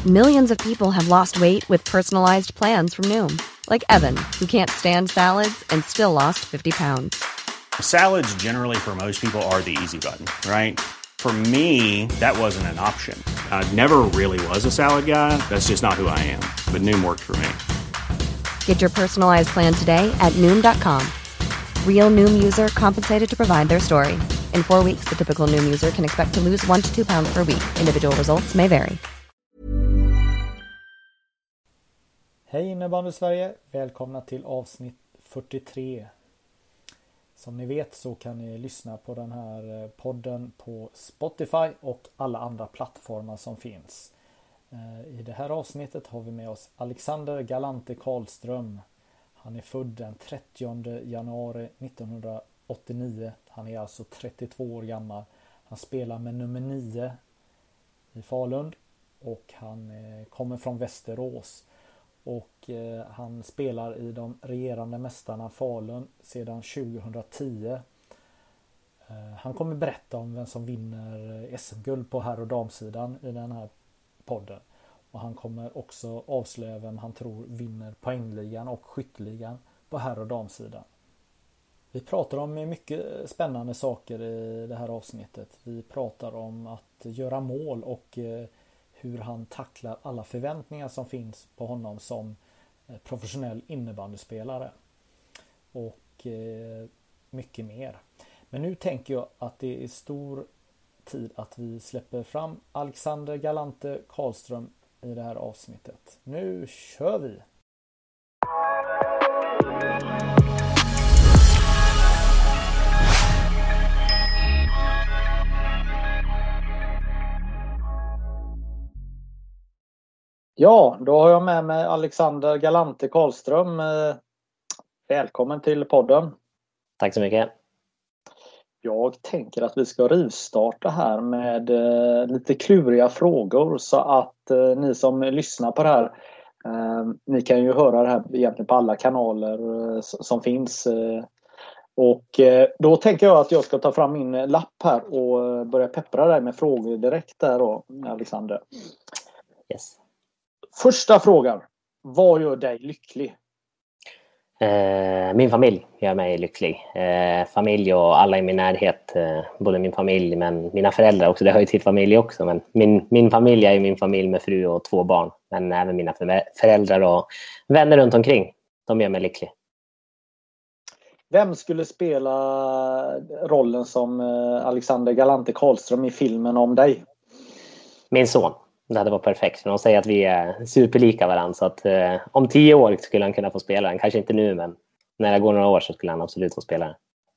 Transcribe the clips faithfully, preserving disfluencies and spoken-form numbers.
Millions of people have lost weight with personalized plans from Noom. Like Evan, who can't stand salads and still lost fifty pounds. Salads generally for most people are the easy button, right? For me, that wasn't an option. I never really was a salad guy. That's just not who I am. But Noom worked for me. Get your personalized plan today at Noom dot com. Real Noom user compensated to provide their story. In four weeks, the typical Noom user can expect to lose one to two pounds per week. Individual results may vary. Hej innebandy Sverige, välkomna till avsnitt fyrtiotre. Som ni vet så kan ni lyssna på den här podden på Spotify och alla andra plattformar som finns. I det här avsnittet har vi med oss Alexander Galante Karlström. Han är född den trettionde januari nittonhundraåttionio. Han är alltså trettiotvå år gammal. Han spelar med nummer nio i Falun och han kommer från Västerås. Och eh, han spelar i de regerande mästarna Falun sedan tjugohundratio. Eh, han kommer berätta om vem som vinner S M-guld på herr- och damsidan i den här podden. Och han kommer också avslöja vem han tror vinner poängligan och skytteligan på herr- och damsidan. Vi pratar om mycket spännande saker i det här avsnittet. Vi pratar om att göra mål och eh, hur han tacklar alla förväntningar som finns på honom som professionell innebandyspelare. Och eh, mycket mer. Men nu tänker jag att det är stor tid att vi släpper fram Alexander Galante Karlström i det här avsnittet. Nu kör vi! Ja, då har jag med mig Alexander Galante Karlström. Välkommen till podden. Tack så mycket. Jag tänker att vi ska rivstarta här med lite kluriga frågor så att ni som lyssnar på det här, ni kan ju höra det här egentligen på alla kanaler som finns. Och då tänker jag att jag ska ta fram min lapp här och börja peppra dig med frågor direkt där då, Alexander. Yes. Första frågan. Vad gör dig lycklig? Eh, min familj gör mig lycklig. Eh, familj och alla i min närhet. Eh, både min familj men mina föräldrar också. Det hör ju till familj också. Men min, min familj är ju min familj med fru och två barn. Men även mina föräldrar och vänner runt omkring. De gör mig lycklig. Vem skulle spela rollen som Alexander Galante Karlström i filmen om dig? Min son. Det hade varit perfekt. För de säger att vi är superlika varandra. Så att eh, om tio år skulle han kunna få spela den. Kanske inte nu, men när det går några år så skulle han absolut få spela den.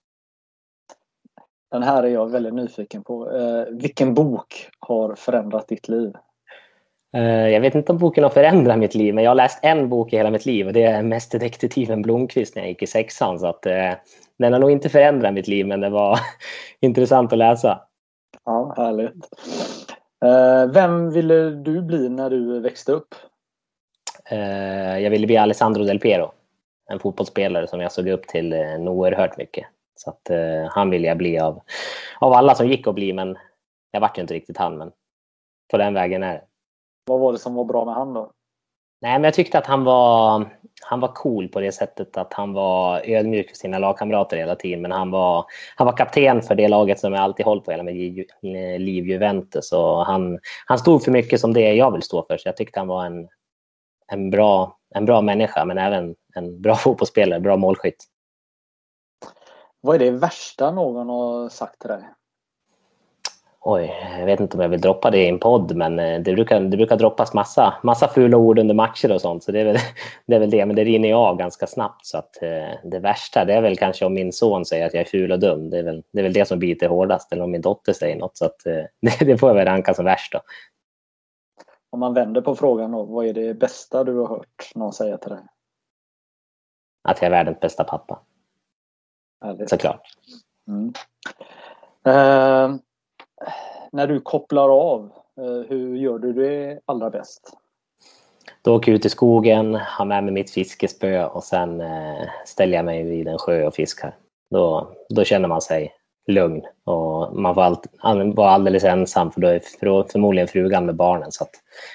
Den här är jag väldigt nyfiken på. Eh, vilken bok har förändrat ditt liv? Eh, jag vet inte om boken har förändrat mitt liv. Men jag har läst en bok i hela mitt liv. Och det är Mästerdetektiven Blomqvist när jag gick i sexan. Så att eh, den har nog inte förändrat mitt liv. Men det var intressant att läsa. Ja, härligt. Vem ville du bli när du växte upp? Jag ville bli Alessandro Del Piero. En fotbollsspelare som jag såg upp till oerhört mycket. Så att han ville jag bli av, av alla som gick att bli. Men jag vart ju inte riktigt han. Men på den vägen är det. Vad var det som var bra med han då? Nej, men jag tyckte att han var, han var cool på det sättet att han var ödmjuk för sina lagkamrater hela tiden. Men han var, han var kapten för det laget som jag alltid hållit på hela med Liv Juventus. Och han, han stod för mycket som det jag vill stå för. Så jag tyckte han var en, en, bra, en bra människa men även en bra fotbollsspelare, bra målskytt. Vad är det värsta någon har sagt till dig? Oj, jag vet inte om jag vill droppa det i en podd, men det brukar, det brukar droppas massa, massa fula ord under matcher och sånt, så det är väl det, är väl det. Men det rinner ju av ganska snabbt, så att eh, det värsta, det är väl kanske om min son säger att jag är ful och dum. Det är väl det, är väl det som biter hårdast, eller om min dotter säger något, så att eh, det, det får jag väl ranka som värst då. Om man vänder på frågan då, vad är det bästa du har hört någon säga till dig? Att jag är världens bästa pappa. Härligt. Såklart. Mm. Uh... När du kopplar av, hur gör du det allra bäst? Då åker jag ut i skogen, har med mig mitt fiskespö och sen eh, ställer jag mig vid en sjö och fiskar. Då, då känner man sig lugn och man får allt, vara alldeles ensam, för då är för, förmodligen frugan med barnen. Så att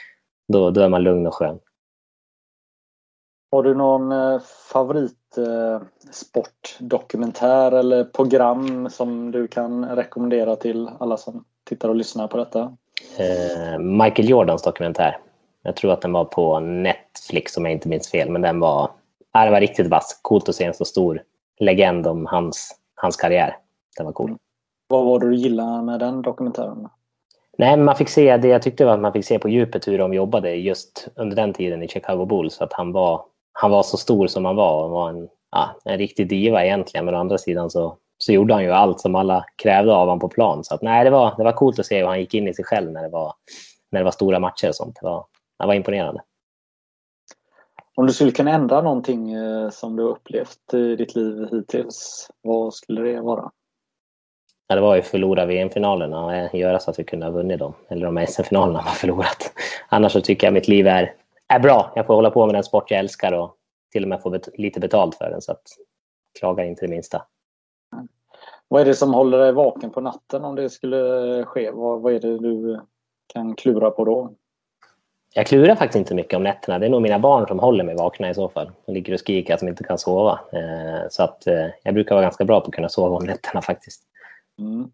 då, då är man lugn och skön. Har du någon eh, favorit eh, sportdokumentär eller program som du kan rekommendera till alla som tittar och lyssnar på detta? Eh, Michael Jordans dokumentär. Jag tror att den var på Netflix om jag inte minns fel, men den var, ja, det var riktigt vass. Coolt att se en så stor legend om hans, hans karriär. Den var cool. Vad var det du gillade med den dokumentären? Nej, men man fick se det. Jag tyckte var att man fick se på djupet hur de jobbade just under den tiden i Chicago Bulls. Att han var, han var så stor som han var. Han var en, ja, en riktig diva egentligen. Men å andra sidan så, så gjorde han ju allt som alla krävde av honom på plan. Så att, nej, det var, det var coolt att se hur han gick in i sig själv när det var, när det var stora matcher och sånt. Det var, det var imponerande. Om du skulle kunna ändra någonting eh, som du upplevt i ditt liv hittills, vad skulle det vara? Ja, det var ju förlora V M-finalerna och göra så att vi kunde ha vunnit dem. Eller de S M-finalerna var förlorat. Annars så tycker jag mitt liv är, är bra. Jag får hålla på med den sport jag älskar och till och med få bet- lite betalt för den. Så att klaga inte det minsta. Vad är det som håller dig vaken på natten om det skulle ske? Vad, vad är det du kan klura på då? Jag klurar faktiskt inte mycket om nätterna. Det är nog mina barn som håller mig vakna i så fall. De ligger och skriker att de inte kan sova. Så att jag brukar vara ganska bra på att kunna sova om nätterna faktiskt. Mm.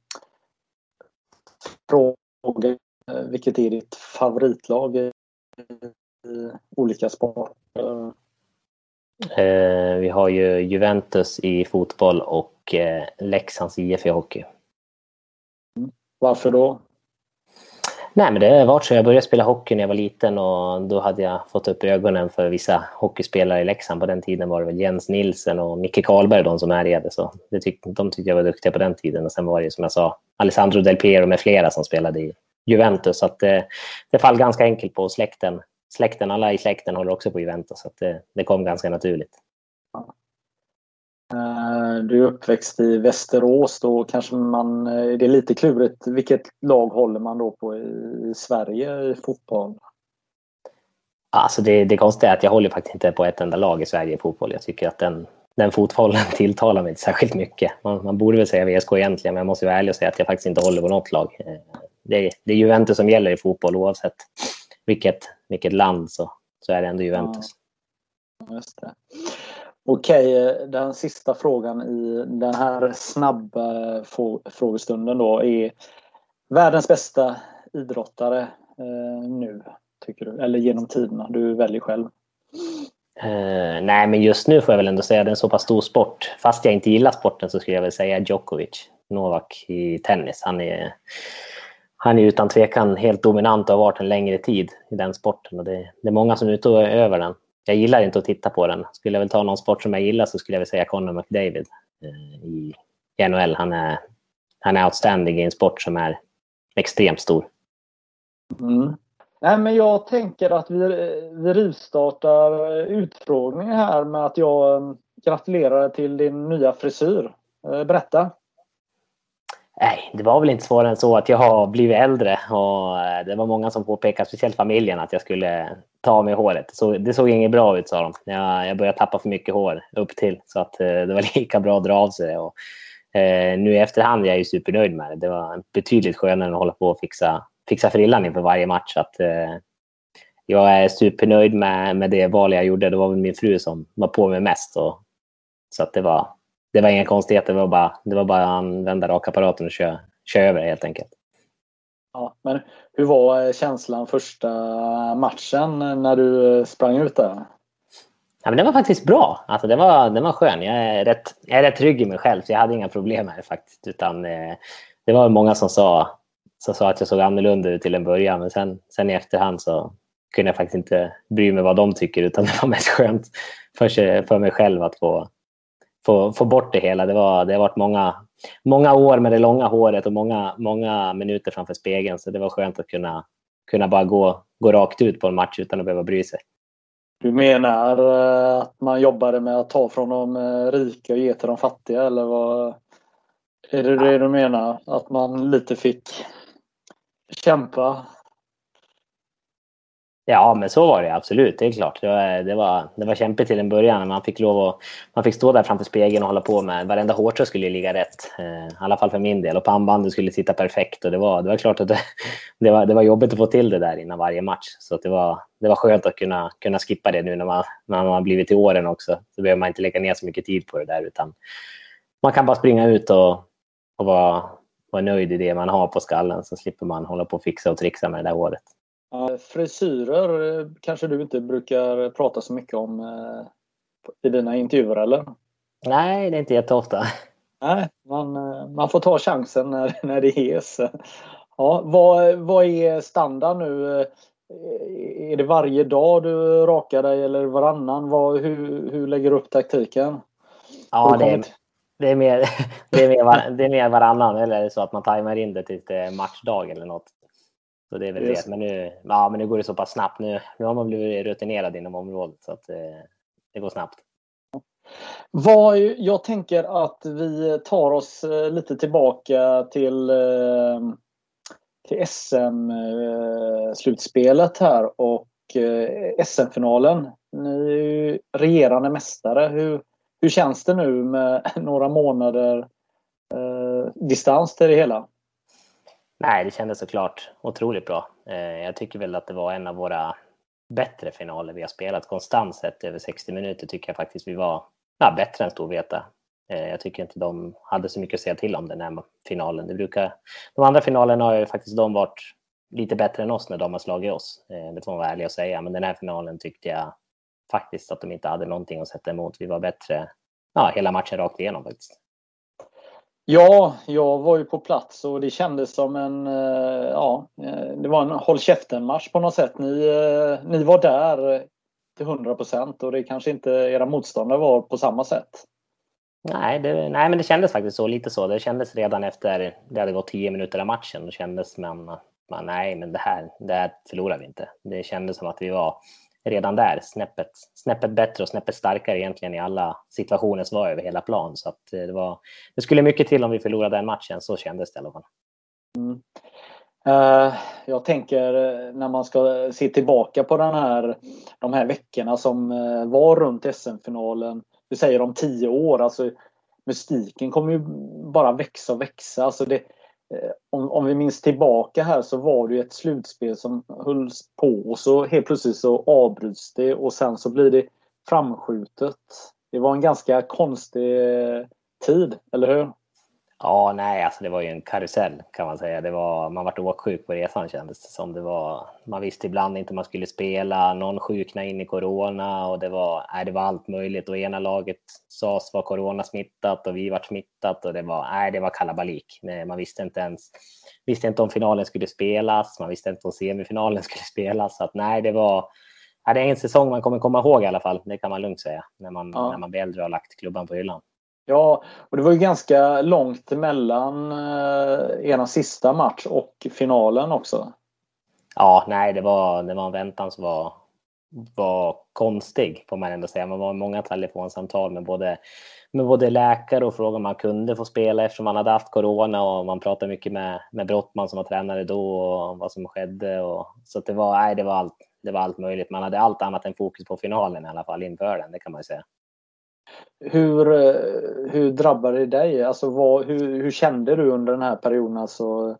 Fråga, vilket är ditt favoritlag i, i olika sporter? Eh, vi har ju Juventus i fotboll och eh, Leksands I F i hockey. Mm. Varför då? Nej, men det har varit så. Jag började spela hockey när jag var liten och då hade jag fått upp ögonen för vissa hockeyspelare i Leksand. På den tiden var det väl Jens Nilsen och Micke Karlberg, de som härjade. Så det tyck, de tyckte jag var duktiga på den tiden. Och sen var det, som jag sa, Alessandro Del Piero med flera som spelade i Juventus. Så att det, det fall ganska enkelt på släkten. Släkten, alla i släkten håller också på Juventus. Så att det, det kom ganska naturligt. Ja. Du är uppväxt i Västerås, då kanske man, det är lite klurigt. Vilket lag håller man då på i Sverige i fotboll? Alltså det, det konstiga är att jag håller faktiskt inte på ett enda lag i Sverige i fotboll. Jag tycker att den, den fotbollen tilltalar mig inte särskilt mycket. Man, man borde väl säga V S K egentligen, men jag måste vara ärlig och säga att jag faktiskt inte håller på något lag. Det, det är Juventus som gäller i fotboll oavsett vilket, vilket land, så, så är det ändå Juventus. Ja, just det. Okej, den sista frågan i den här snabba frågestunden då är världens bästa idrottare eh, nu, tycker du? Eller genom tiderna, du väljer själv. Uh, nej, men just nu får jag väl ändå säga att det är en så pass stor sport. Fast jag inte gillar sporten så skulle jag väl säga Djokovic, Novak i tennis. Han är, han är utan tvekan helt dominant och har varit en längre tid i den sporten. Och det, det är många som är ute och över den. Jag gillar inte att titta på den. Skulle jag väl ta någon sport som jag gillar så skulle jag väl säga Conor McDavid uh, i N H L. Han är, han är outstanding i en sport som är extremt stor. Mm. Nej, men jag tänker att vi, vi rivstartar utfrågningen här med att jag gratulerar till din nya frisyr. Berätta. Nej, det var väl inte svårare än så att jag har blivit äldre och det var många som påpekade, speciellt familjen, att jag skulle ta av mig håret. Så det såg inget bra ut, sa de. Jag, jag började tappa för mycket hår upp till, så att det var lika bra att dra av sig. Och, eh, nu i efterhand är jag ju supernöjd med det. Det var betydligt skönare att hålla på och fixa fixa frillan inför varje match. Att, eh, jag är supernöjd med, med det val jag gjorde. Det var väl min fru som var på mig mest. Och, så att det var det var inga konstigheter. Det var bara, det var bara att använda rakapparaten och köra, köra över helt enkelt. Ja, men hur var känslan första matchen när du sprang ut där? Ja, men det var faktiskt bra. Alltså, det var, det var skön. Jag är, rätt, jag är rätt trygg i mig själv, så jag hade inga problem med det faktiskt. Utan, eh, det var många som sa Så sa att jag såg annorlunda ut till en början, men sen, sen i efterhand så kunde jag faktiskt inte bry mig vad de tycker, utan det var mest skönt för, sig, för mig själv att få, få, få bort det hela. Det, var, det har varit många, många år med det långa håret och många, många minuter framför spegeln, så det var skönt att kunna, kunna bara gå, gå rakt ut på en match utan att behöva bry sig. Du menar att man jobbade med att ta från de rika och ge till de fattiga, eller vad är det det du menar? Att man lite fick kämpa? Ja, men så var det absolut. Det är klart. Det var, det var, det var kämpigt till en början. Man fick lov att, man fick stå där framför spegeln och hålla på med varenda hårtrö skulle ligga rätt. Eh, I alla fall för min del. Och pannbandet skulle sitta perfekt. Och det var, det var klart att det, det, var, det var jobbigt att få till det där innan varje match. Så att det, var, det var skönt att kunna, kunna skippa det nu när man, när man har blivit i åren också. Så behöver man inte lägga ner så mycket tid på det där. Utan man kan bara springa ut och, och vara, vara nöjd i det man har på skallen. Så slipper man hålla på och fixa och trixa med det där håret. Frisyrer kanske du inte brukar prata så mycket om eh, i dina intervjuer, eller? Nej, det är inte jätteofta. Nej, man, man får ta chansen när, när det ges. Ja, vad, vad är standard nu? Är det varje dag du rakar dig eller varannan? Vad, hur, hur lägger du upp taktiken? Ja, det är, det, är mer, det, är mer, det är mer varannan. Eller är det så att man tajmar in det till matchdag eller något? Så det är väl yes. det. Men nu, ja, men nu går det så pass snabbt. Nu, nu har man blivit rutinerad inom området så att det, det går snabbt. Vad, jag tänker att vi tar oss lite tillbaka till, till S M-slutspelet här och S M-finalen. Ni är ju regerande mästare. Hur, hur känns det nu med några månader eh, distans till det hela? Nej, det kändes såklart otroligt bra. Jag tycker väl att det var en av våra bättre finaler vi har spelat. Konstant sett över sextio minuter tycker jag faktiskt vi var ja, bättre än Storvreta. Jag tycker inte de hade så mycket att säga till om den här finalen. Det brukar, de andra finalerna har ju faktiskt de varit lite bättre än oss när de har slagit oss. Det får man vara ärlig att säga. Men den här finalen tyckte jag faktiskt att de inte hade någonting att sätta emot. Vi var bättre ja, hela matchen rakt igenom faktiskt. Ja, jag var ju på plats och det kändes som en, ja, det var en håll käften-match på något sätt. Ni, ni var där till hundra procent och det kanske inte era motståndare var på samma sätt. Nej, det, nej, men det kändes faktiskt så, lite så. Det kändes redan efter, det hade gått tio minuter av matchen och kändes, men, men nej, men det här, det här förlorar vi inte. Det kändes som att vi var redan där, snäppet, snäppet bättre och snäppet starkare egentligen i alla situationer som var över hela plan. Så att det, var, det skulle mycket till om vi förlorade den matchen, så kändes det i alla fall. Mm. Uh, jag tänker när man ska se tillbaka på den här, de här veckorna som uh, var runt S M-finalen. Du säger om tio år, alltså mystiken kommer ju bara växa och växa. Alltså det, uh, om, om vi minns tillbaka här så var det ju ett slutspel som hölls på och så helt plötsligt så avbryts det och sen så blir det framskjutet. Det var en ganska konstig tid, eller hur? Ja, nej, alltså det var ju en karusell kan man säga. Det var, man var åksjuk på resan kändes det som. Det var, man visste ibland inte man skulle spela, någon sjukna in i corona och det var, nej, det var allt möjligt. Och ena laget sades var coronasmittat och vi var smittat och det var, nej, det var kalabalik. Nej, man visste inte ens, visste inte om finalen skulle spelas, man visste inte om semifinalen skulle spelas. Så att nej, det var, nej, det är en säsong man kommer komma ihåg i alla fall. Det kan man lugnt säga när man, ja. när man blir äldre och har lagt klubban på hyllan. Ja, och det var ju ganska långt mellan eh, ena sista match och finalen också. Ja, nej, det var, det var en väntan som var, var konstig, får man ändå säga. Man var många telefonsamtal med både, med både läkare och frågade om man kunde få spela eftersom man hade haft corona. Och man pratade mycket med, med Brottman som var tränare då och vad som skedde. Och, så att det, var, nej, det, var allt, det var allt möjligt. Man hade allt annat än fokus på finalen i alla fall inför den, det kan man ju säga. Hur, hur drabbade det dig? Alltså vad, hur, hur kände du under den här perioden? Alltså,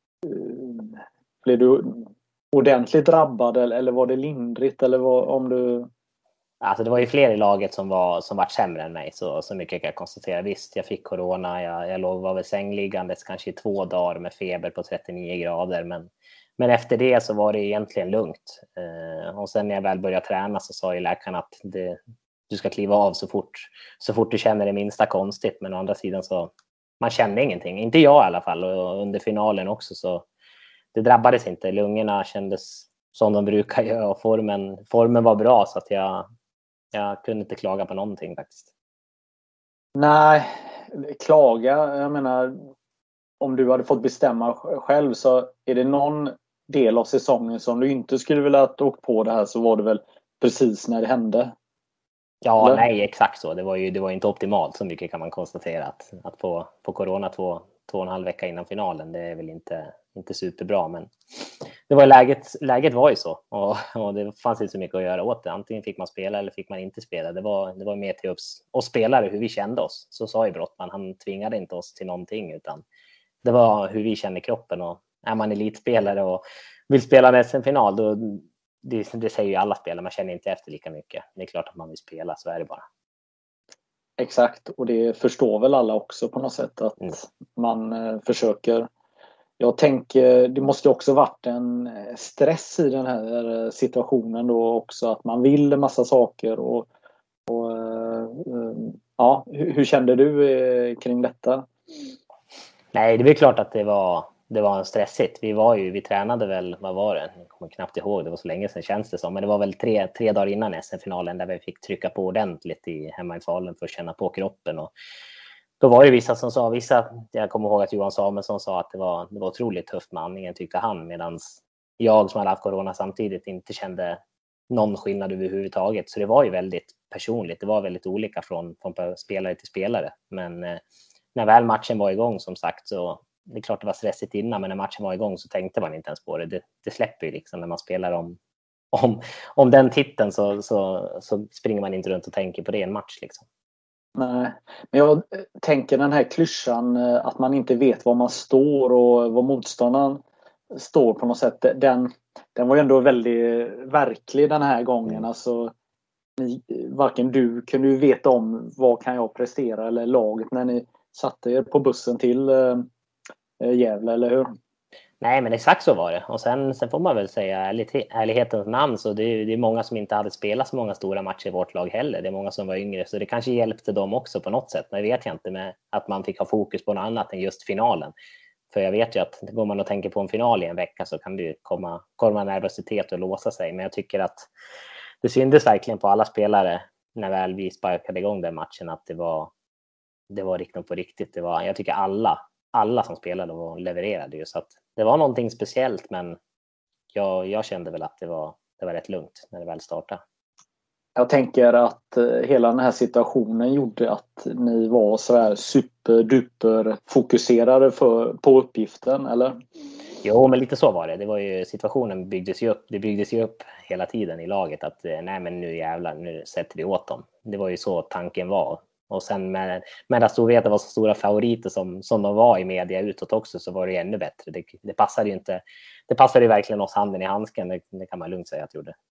blev du ordentligt drabbad eller var det lindrigt? Eller vad, om du... Alltså det var ju fler i laget som var, som var sämre än mig, så, så mycket kan jag konstatera. Visst, jag fick corona, jag, jag låg, var väl sängliggandes kanske i två dagar med feber på trettionio grader. Men, men efter det så var det egentligen lugnt. Eh, och sen när jag väl började träna så sa ju läkaren att det, du ska kliva av så fort, så fort du känner det minsta konstigt. Men å andra sidan så, man kände ingenting. Inte jag i alla fall, och under finalen också så det drabbades inte. Lungorna kändes som de brukar göra och formen, formen var bra så att jag, jag kunde inte klaga på någonting faktiskt. Nej, klaga, jag menar om du hade fått bestämma själv så är det någon del av säsongen som du inte skulle vilja att åka på det här så var det väl precis när det hände. Ja, eller? Nej, exakt så. Det var ju det var inte optimalt, så mycket kan man konstatera. Att, att få, få corona två, två och en halv vecka innan finalen, det är väl inte, inte superbra, men det var läget, läget var ju så och, och det fanns inte så mycket att göra åt det. Antingen fick man spela eller fick man inte spela. Det var, det var mer till oss, oss spelare, hur vi kände oss. Så sa ju Brottman, han tvingade inte oss till någonting, utan det var hur vi kände kroppen. Och är man elitspelare och vill spela en S M-final, då det, det säger ju alla spelare, man känner inte efter lika mycket. Det är klart att man vill spela, så är det bara. Exakt, och det förstår väl alla också på något sätt att mm. man eh, försöker. Jag tänker, det måste också varit en stress i den här situationen då också, att man vill en massa saker och, och eh, ja, hur, hur kände du eh, kring detta? Nej, det är väl klart att det var det var en stressigt. Vi var ju, vi tränade väl, vad var det? Jag kommer knappt ihåg, det var så länge sedan känns det som. Men det var väl tre, tre dagar innan S M-finalen där vi fick trycka på ordentligt i, hemma i Falun för att känna på kroppen. Och då var det vissa som sa, vissa, jag kommer ihåg att Johan Samuelsson sa att det var, det var otroligt tufft med andningen, tyckte han. Medan jag som hade haft corona samtidigt inte kände någon skillnad överhuvudtaget. Så det var ju väldigt personligt. Det var väldigt olika från, från spelare till spelare. Men eh, när väl matchen var igång, som sagt, så det är klart det var stressigt innan, men när matchen var igång så tänkte man inte ens på det. Det, det släpper ju liksom när man spelar om, om, om den titeln, så, så, så springer man inte runt och tänker på det i en match liksom. Nej, men jag tänker den här klyschan att man inte vet var man står och vad motståndaren står på något sätt. Den, den var ju ändå väldigt verklig den här gången. Mm. Alltså, ni, varken du kunde ju veta om vad kan jag prestera eller laget när ni satte er på bussen till eh, Gävle, eller hur? Nej, men exakt så var det. Och sen, sen får man väl säga ärlig, ärlighetens namn, så det är, det är många som inte hade spelat så många stora matcher i vårt lag heller. Det är många som var yngre, så det kanske hjälpte dem också på något sätt. Men jag vet jag inte, med att man fick ha fokus på något annat än just finalen. För jag vet ju att går man och tänker på en final i en vecka så kan det ju komma, komma nervositet och låsa sig. Men jag tycker att det syntes verkligen på alla spelare när väl vi sparkade igång den matchen att det var, det var riktigt på riktigt. Det var, jag tycker alla alla som spelade och levererade ju, så att det var någonting speciellt, men jag, jag kände väl att det var, det var rätt lugnt när det väl startade. Jag tänker att hela den här situationen gjorde att ni var så här superduper fokuserade för, på uppgiften, eller? Jo, men lite så var det. Det var ju, situationen byggdes ju upp, det byggdes ju upp hela tiden i laget att nej men nu jävlar, nu sätter vi åt dem. Det var ju så tanken var. Och sen med, med att Storvreta var så stora favoriter som, som de var i media utåt också, så var det ännu bättre. Det, det passade ju inte, det passade ju verkligen oss handen i handsken, det, det kan man lugnt säga att jag gjorde.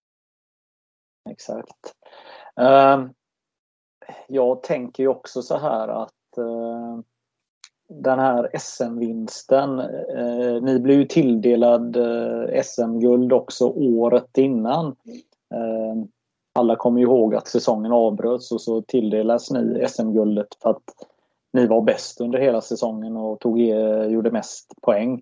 Exakt. Uh, jag tänker ju också så här att uh, den här S M-vinsten, uh, ni blev ju tilldelad uh, S M-guld också året innan. Uh, Alla kommer ju ihåg att säsongen avbröts och så tilldelas ni S M-guldet för att ni var bäst under hela säsongen och tog, gjorde mest poäng.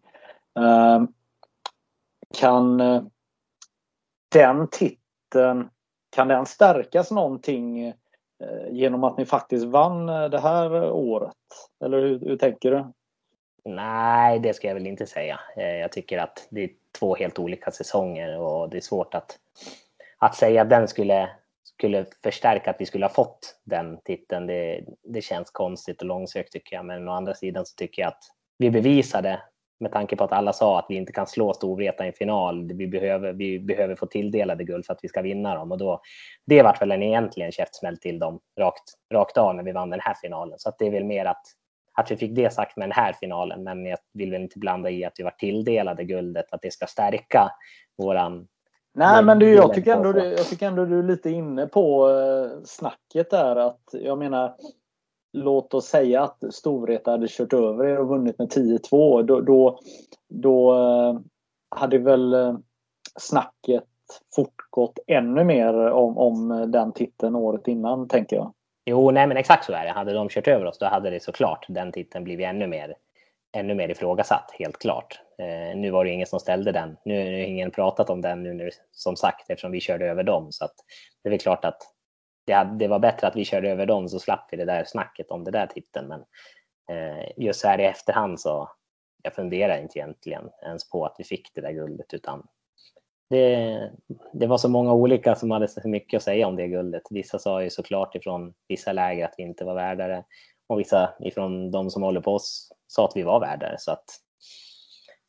Kan den titeln, kan den stärkas någonting genom att ni faktiskt vann det här året? Eller hur, hur tänker du? Nej, det ska jag väl inte säga. Jag tycker att det är två helt olika säsonger och det är svårt att Att säga att den skulle, skulle förstärka att vi skulle ha fått den titeln, det, det känns konstigt och långsökt tycker jag. Men å andra sidan så tycker jag att vi bevisade, med tanke på att alla sa att vi inte kan slå Storvreta i en final. Vi behöver, vi behöver få tilldelade guld för att vi ska vinna dem. Och då, det var väl en egentligen käftsmäll till dem rakt, rakt av när vi vann den här finalen. Så att det är väl mer att, att vi fick det sagt med den här finalen. Men jag vill väl inte blanda i att vi var tilldelade guldet, att det ska stärka våran... Nej, men du, jag, tycker ändå, jag tycker ändå du är lite inne på snacket där. Att, jag menar, låt oss säga att Storvreta hade kört över er och vunnit med tio två. Då, då, då hade väl snacket fortgått ännu mer om, om den titeln året innan, tänker jag. Jo, nej men exakt så är det. Hade de kört över oss, då hade det såklart den titeln blivit ännu mer ännu mer ifrågasatt, helt klart. Eh, nu var det ingen som ställde den. Nu har ingen pratat om den nu, nu som sagt, eftersom vi körde över dem. Så att det är väl klart att det, hade, det var bättre att vi körde över dem, så slapp vi det där snacket om det där titeln. Men eh, just så här i efterhand så jag funderar inte egentligen ens på att vi fick det där guldet, utan det, det var så många olika som hade så mycket att säga om det guldet. Vissa sa ju såklart ifrån vissa läger att vi inte var värdare. Och vissa ifrån de som håller på oss sa att vi var värdare. Så att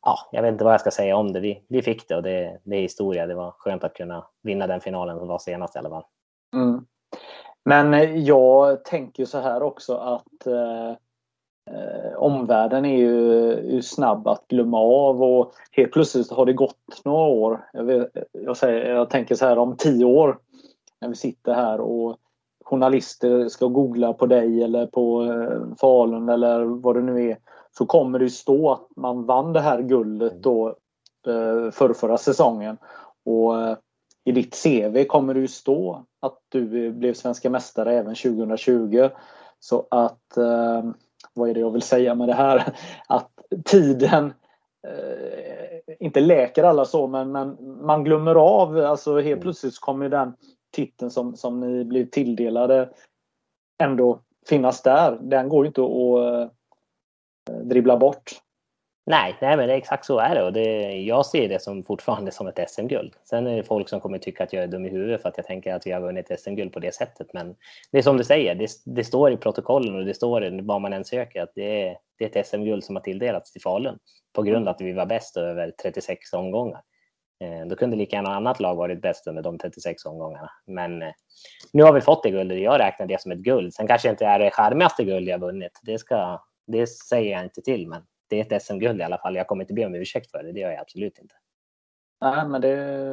ja, jag vet inte vad jag ska säga om det. Vi, vi fick det och det, det är historia. Det var skönt att kunna vinna den finalen som var senast i alla fall. Mm. Men jag tänker så här också att eh, omvärlden är ju, är ju snabb att glömma av och helt plötsligt har det gått några år. Jag, vet, jag, säger, jag tänker så här om tio år när vi sitter här och journalister ska googla på dig eller på eh, Falun eller vad det nu är, så kommer det stå att man vann det här guldet då eh, för förra säsongen. Och eh, i ditt C V kommer det ju stå att du blev svenska mästare även tjugo tjugo. Så att, eh, vad är det jag vill säga med det här? Att tiden eh, inte läker alla så, men, men man glömmer av, alltså helt plötsligt så kommer den titeln som, som ni blev tilldelade ändå finnas där. Den går ju inte att äh, dribbla bort. Nej, nej, men det är exakt så är det. Och det, jag ser det som fortfarande som ett S M-guld. Sen är det folk som kommer tycka att jag är dum i huvudet för att jag tänker att vi har vunnit S M-guld på det sättet. Men det är som du säger, det, det står i protokollen och det står vad man än söker att det är, det är ett S M-guld som har tilldelats till Falun på grund av att vi var bäst över trettiosex omgångar. Eh, då kunde lika gärna något annat lag varit bäst under de trettiosex omgångarna. Men eh, nu har vi fått det guldet. Jag räknar det som ett guld. Sen kanske inte är det charmigaste guld jag vunnit. Det, ska, det säger jag inte till, men det är ett S M-guld i alla fall. Jag kommer inte be om ursäkt för det. Det gör jag absolut inte. Nej, men det,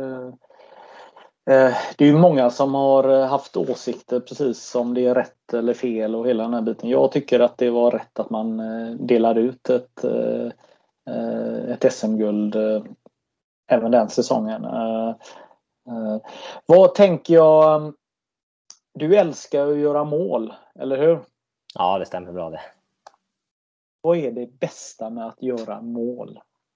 eh, det är ju många som har haft åsikter precis som det är rätt eller fel och hela den här biten. Jag tycker att det var rätt att man eh, delade ut ett, eh, ett S M-guld eh, även den säsongen. Eh, eh, vad tänker jag? Du älskar att göra mål, eller hur? Ja, det stämmer bra det. Vad är det bästa med att göra mål?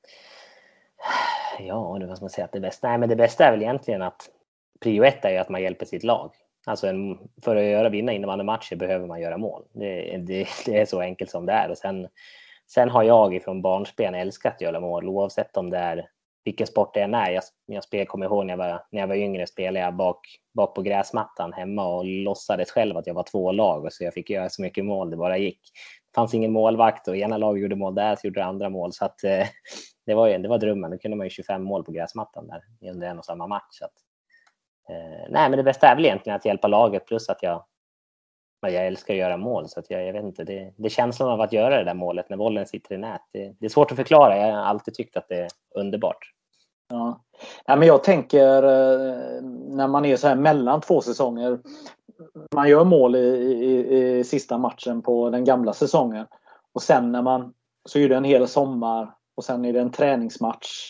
Ja, det vad ska man säga att det bästa. Nej, men det bästa är väl egentligen att prio ett är ju att man hjälper sitt lag. Alltså en, för att göra vinna innevarande matcher behöver man göra mål. Det, det, det är så enkelt som det är. Och sen, sen har jag ifrån barnsben älskat att göra mål, oavsett om det är vilken sport det än är. Jag, jag spel, kommer ihåg när jag var, när jag var yngre spelade jag bak, bak på gräsmattan hemma och låtsades själv att jag var två lag. Och så jag fick göra så mycket mål det bara gick. Det fanns ingen målvakt och ena lag gjorde mål där så gjorde andra mål. Så att, eh, det, var ju, det var drömmen. Då kunde man ju tjugofem mål på gräsmattan där under en och samma match. Så att, eh, nej, men det bästa är väl egentligen att hjälpa laget plus att jag, jag älskar att göra mål. Så att jag, jag vet inte, det, det är känslan av att göra det där målet när bollen sitter i nät. Det, det är svårt att förklara. Jag har alltid tyckt att det är underbart. Ja. Ja, men jag tänker när man är så här mellan två säsonger, man gör mål i, i, i sista matchen på den gamla säsongen och sen när man så är det en hel sommar och sen är det en träningsmatch.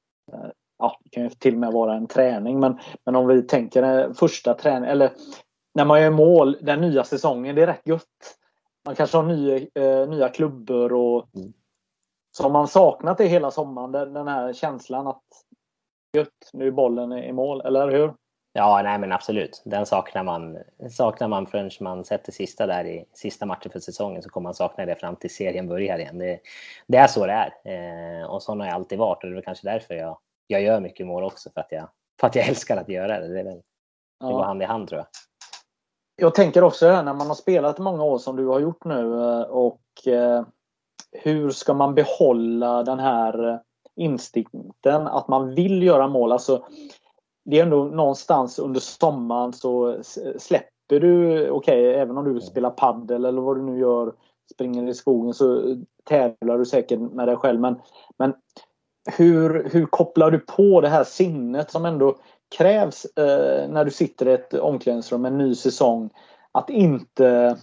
Ja, det kan ju till och med vara en träning, men, men om vi tänker första träning eller när man gör mål den nya säsongen, det är rätt gött. Man kanske har nya, eh, nya klubbor och mm. så har man saknat det hela sommaren, den, den här känslan att gött, nu är bollen i mål, eller hur? Ja, nej men absolut. Den saknar man, saknar man förrän man sätter sista där i sista matchen för säsongen, så kommer man sakna det fram till serien börjar igen. Det, det är så det är. Eh, och så har jag alltid varit och det är kanske därför jag, jag gör mycket mål också, för att jag, för att jag älskar att göra det. Det, är väl, det går hand i hand tror jag. Jag tänker också här, när man har spelat många år som du har gjort nu och eh, hur ska man behålla den här instinkten att man vill göra mål? Alltså, det är ändå någonstans under sommaren så släpper du, okej, okay, även om du spelar paddel eller vad du nu gör, springer i skogen, så tävlar du säkert med dig själv. Men, men hur, hur kopplar du på det här sinnet som ändå krävs eh, när du sitter i ett omklädningsrum med en ny säsong, att inte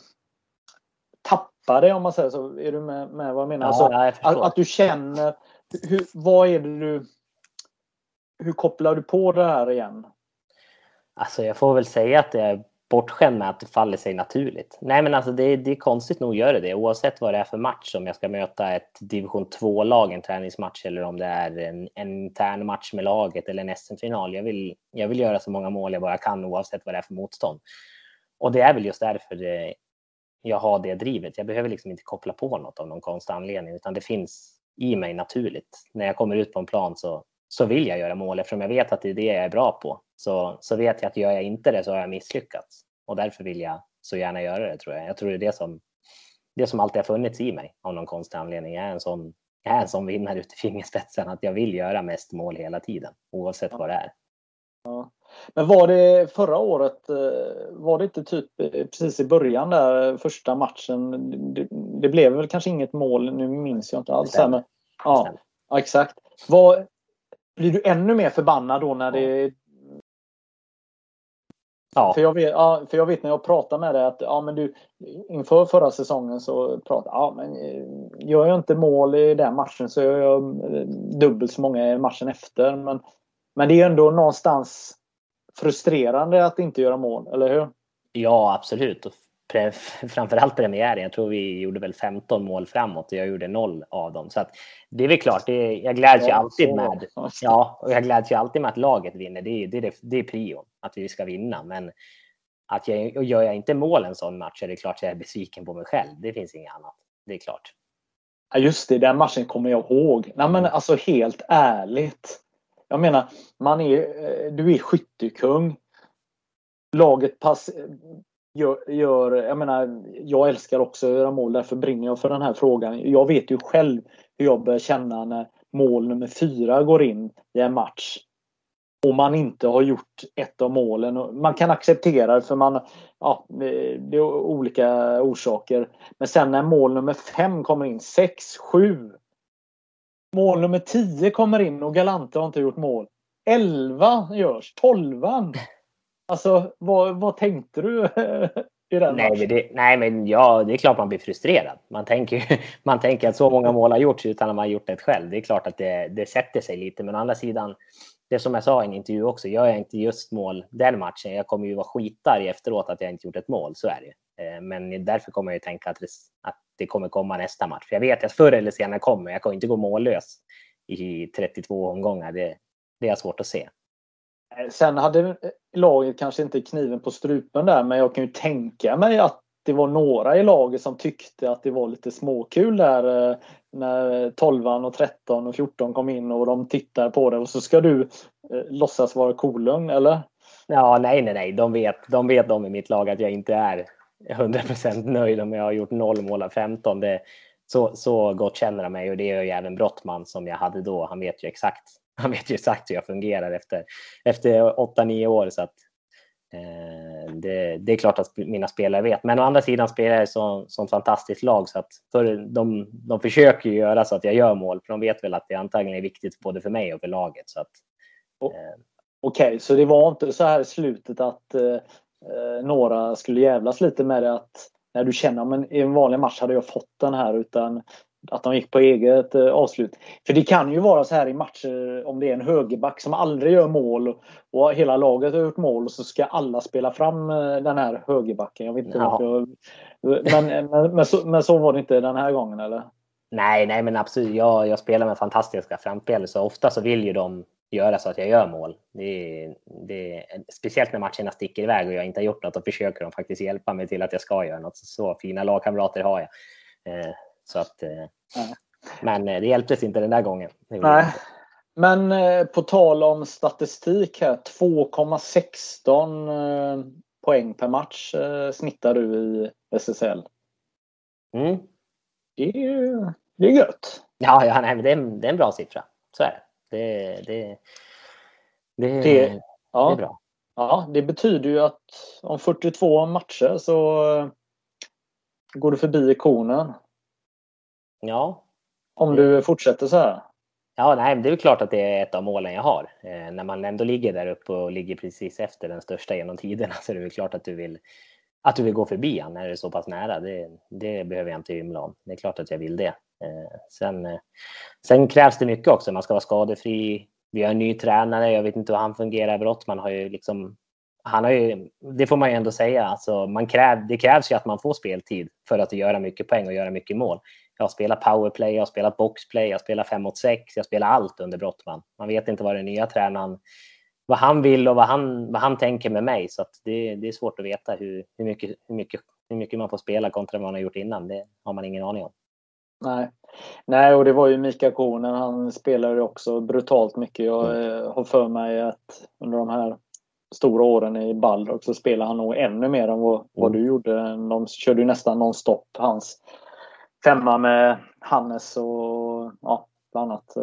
tappa det, om man säger så? Är du med, med vad jag menar? Ja, alltså, jag att, att du känner hur, vad är det du hur kopplar du på det här igen? Alltså jag får väl säga att det är bortskämd med att det faller sig naturligt. Nej men alltså det, det är konstigt nog att göra det, oavsett vad det är för match, om jag ska möta ett division två-lag, en träningsmatch, eller om det är en, en intern match med laget eller en S M-final. Jag vill, jag vill göra så många mål jag bara kan, oavsett vad det är för motstånd. Och det är väl just därför det, jag har det drivet. Jag behöver liksom inte koppla på något av någon konstig anledning, utan det finns i mig naturligt. När jag kommer ut på en plan så så vill jag göra mål, eftersom jag vet att det är det jag är bra på. Så, så vet jag att gör jag inte det så har jag misslyckats. Och därför vill jag så gärna göra det, tror jag. Jag tror det är det som, det som alltid har funnits i mig av någon konstig anledning. Jag är en sån jag är en sån vinnare ut i fingerspetsen att jag vill göra mest mål hela tiden, oavsett Ja. vad det är. Ja. Men var det förra året, var det inte typ precis i början där, första matchen, det, det blev väl kanske inget mål, nu minns jag inte alls. Det Men, ja, ja, exakt. Var, blir du ännu mer förbannad då när Ja. det... Ja. För jag vet, ja, för jag vet när jag pratar med dig att ja, men du, inför förra säsongen så pratade ja, men gör jag inte mål i den matchen så gör jag dubbelt så många i matchen efter. Men, men det är ändå någonstans frustrerande att inte göra mål, eller hur? Ja, absolut. Och pre- framförallt premiären. Jag tror vi gjorde väl femton mål framåt och jag gjorde noll av dem. Så att det är väl klart, det är, jag gläds ju Ja, alltid så. med ja, och jag gläds ju alltid med att laget vinner. Det är, det är, det är prio, att vi ska vinna. Men att jag, och gör jag inte mål en sån match är det klart att jag är besviken på mig själv. Det finns inget annat. Det är klart. Ja, just det, den matchen kommer jag ihåg. Nej, men alltså helt ärligt. Jag menar, man är, du är skyttekung. Laget pass, gör, gör, jag menar, jag älskar också att göra mål, därför brinner jag för den här frågan. Jag vet ju själv hur jag börjar känna när mål nummer fyra går in i en match. Och man inte har gjort ett av målen. Man kan acceptera det för man, ja, det är olika orsaker. Men sen när mål nummer fem kommer in, sex, sju. Mål nummer tio kommer in och Galante har inte gjort mål. elva görs, tolvan. Alltså, vad, vad tänkte du i den nej, matchen? men det, nej, men ja, det är klart man blir frustrerad. Man tänker, man tänker att så många mål har gjorts utan att man har gjort det själv. Det är klart att det, det sätter sig lite. Men å andra sidan, det som jag sa i en intervju också, gör jag inte just mål den matchen, jag kommer ju vara skitarg efteråt att jag inte gjort ett mål, så är det. Men därför kommer jag ju tänka att det, att det kommer komma nästa match. För jag vet att förr eller senare kommer, jag kommer inte gå mållös i trettiotvå omgångar. Det, det är svårt att se. Sen hade laget kanske inte kniven på strupen där, men jag kan ju tänka mig att det var några i laget som tyckte att det var lite småkul där när tolvan och tretton och fjorton kom in och de tittar på det och så ska du eh, låtsas vara kolugn, eller? Ja, nej, nej, nej. De vet, de vet de i mitt lag att jag inte är hundra procent nöjd om jag har gjort noll mål av femton. Det, så, så gott känner de mig, och det gör ju även Brottman som jag hade då. Han vet ju exakt, han vet ju exakt hur jag fungerar efter, efter åtta nio år, så att eh, det, det är klart att mina spelare vet. Men å andra sidan spelar jag så, som fantastiskt lag, så att för de, de försöker ju göra så att jag gör mål, för de vet väl att det antagligen är viktigt både för mig och för laget. Så att, eh, Okej, okay, så det var inte så här i slutet att eh, några skulle jävlas lite med det, att när du känner men i en vanlig match hade jag fått den här, utan att de gick på eget eh, avslut. För det kan ju vara så här i matcher om det är en högerback som aldrig gör mål och, och hela laget har gjort mål, och så ska alla spela fram eh, den här högerbacken. Jag vet inte ja. jag, men, men, men, så, men så var det inte den här gången, eller? Nej, nej, men absolut. Jag, jag spelar med fantastiska framspel, så ofta så vill ju de göra så att jag gör mål. Det är, det är, speciellt när matcherna sticker iväg och jag inte har gjort något, och försöker de faktiskt hjälpa mig till att jag ska göra något. Så, så fina lagkamrater har jag. Eh, så att, eh, men det hjälptes inte den där gången. Nej. Men eh, på tal om statistik här, två komma sexton eh, poäng per match eh, snittar du i S S L. Mm. Det är, det är gött. Ja, ja nej, men det är, det är en bra siffra. Så är det. Det, det, det, det, ja. det är bra. Ja, det betyder ju att om fyrtiotvå matcher så uh, går du förbi ikonen. Ja. Om det, du fortsätter så här. Ja, nej, det är klart att det är ett av målen jag har. Eh, när man ändå ligger där uppe och ligger precis efter den största genom tiderna, så är det väl klart att du vill att du vill gå förbi han när det är så pass nära. Det, det behöver jag inte hymla om. Det är klart att jag vill det. Eh, sen, eh, sen krävs det mycket också. Man ska vara skadefri. Vi har en ny tränare. Jag vet inte hur han fungerar. Brottman har ju liksom... Han har ju, det får man ju ändå säga. Alltså, man kräv, det krävs ju att man får speltid för att göra mycket poäng och göra mycket mål. Jag har spelat powerplay, jag har spelat boxplay, jag har spelat fem mot sex. Jag spelar allt under Brottman. Man vet inte vad den nya tränaren... vad han vill och vad han, vad han tänker med mig. Så att det, det är svårt att veta hur, hur, mycket, hur, mycket, hur mycket man får spela kontra vad man har gjort innan. Det har man ingen aning om. Nej, Nej och det var ju Mika Konen. Han spelade också brutalt mycket. Jag mm. har för mig att under de här stora åren i Balrog så spelade han nog ännu mer än vad, mm. vad du gjorde. De körde ju nästan non-stop hans femma med Hannes och ja, bland annat.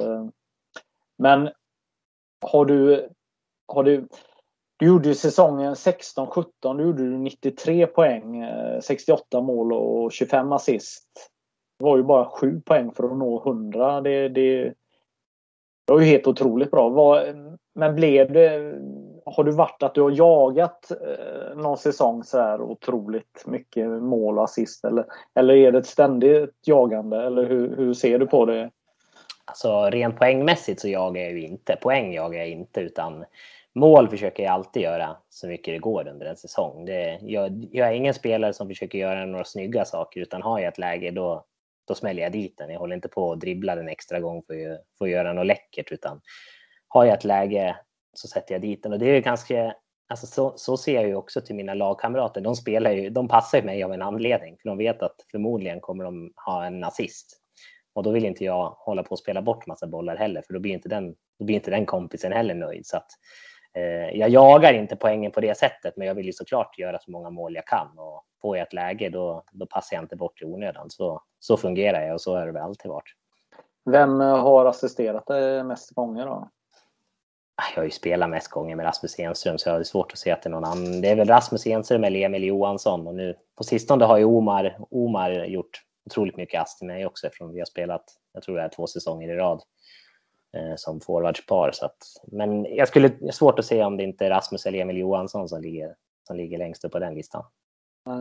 Men har du, har du, du gjorde ju säsongen sexton sjutton, du gjorde nittiotre poäng, sextioåtta mål och tjugofem assist. Det var ju bara sju poäng för att nå hundra. Det, det, det var ju helt otroligt bra. Var, men blev det, har du varit att du har jagat eh, någon säsong så här otroligt mycket mål och assist? Eller, eller är det ett ständigt jagande? Eller hur, hur ser du på det? Alltså rent poängmässigt så jagar jag ju inte. Poäng jagar jag inte, utan mål försöker jag alltid göra så mycket det går under en säsong. Det, jag, jag är ingen spelare som försöker göra några snygga saker, utan har jag ett läge då, då smäller jag dit den. Jag håller inte på att dribbla den extra gång för att, för att göra något läckert, utan har jag ett läge så sätter jag dit den. Och det är ju ganska, alltså så, så ser jag ju också till mina lagkamrater. De spelar ju, de passar ju mig av en anledning, för de vet att förmodligen kommer de ha en assist. Och då vill inte jag hålla på och spela bort massa bollar heller, för då blir inte den, då blir inte den kompisen heller nöjd. Så att eh, jag jagar inte poängen på det sättet, men jag vill ju såklart göra så många mål jag kan. Och får jag ett läge, då, då passar jag inte bort i onödan. Så, så fungerar jag, och så har det väl alltid varit. Vem har assisterat dig mest gånger då? Jag har ju spelat mest gånger med Rasmus Enström, så jag har svårt att se att det är någon annan. Det är väl Rasmus Enström eller Emil Johansson. Och nu på sistone har ju Omar, Omar gjort otroligt mycket ass till mig också, eftersom vi har spelat, jag tror det är två säsonger i rad eh, som forwardspar. Så att, men jag skulle, det är svårt att se om det inte är Rasmus eller Emil Johansson som ligger, som ligger längst upp på den listan. Mm.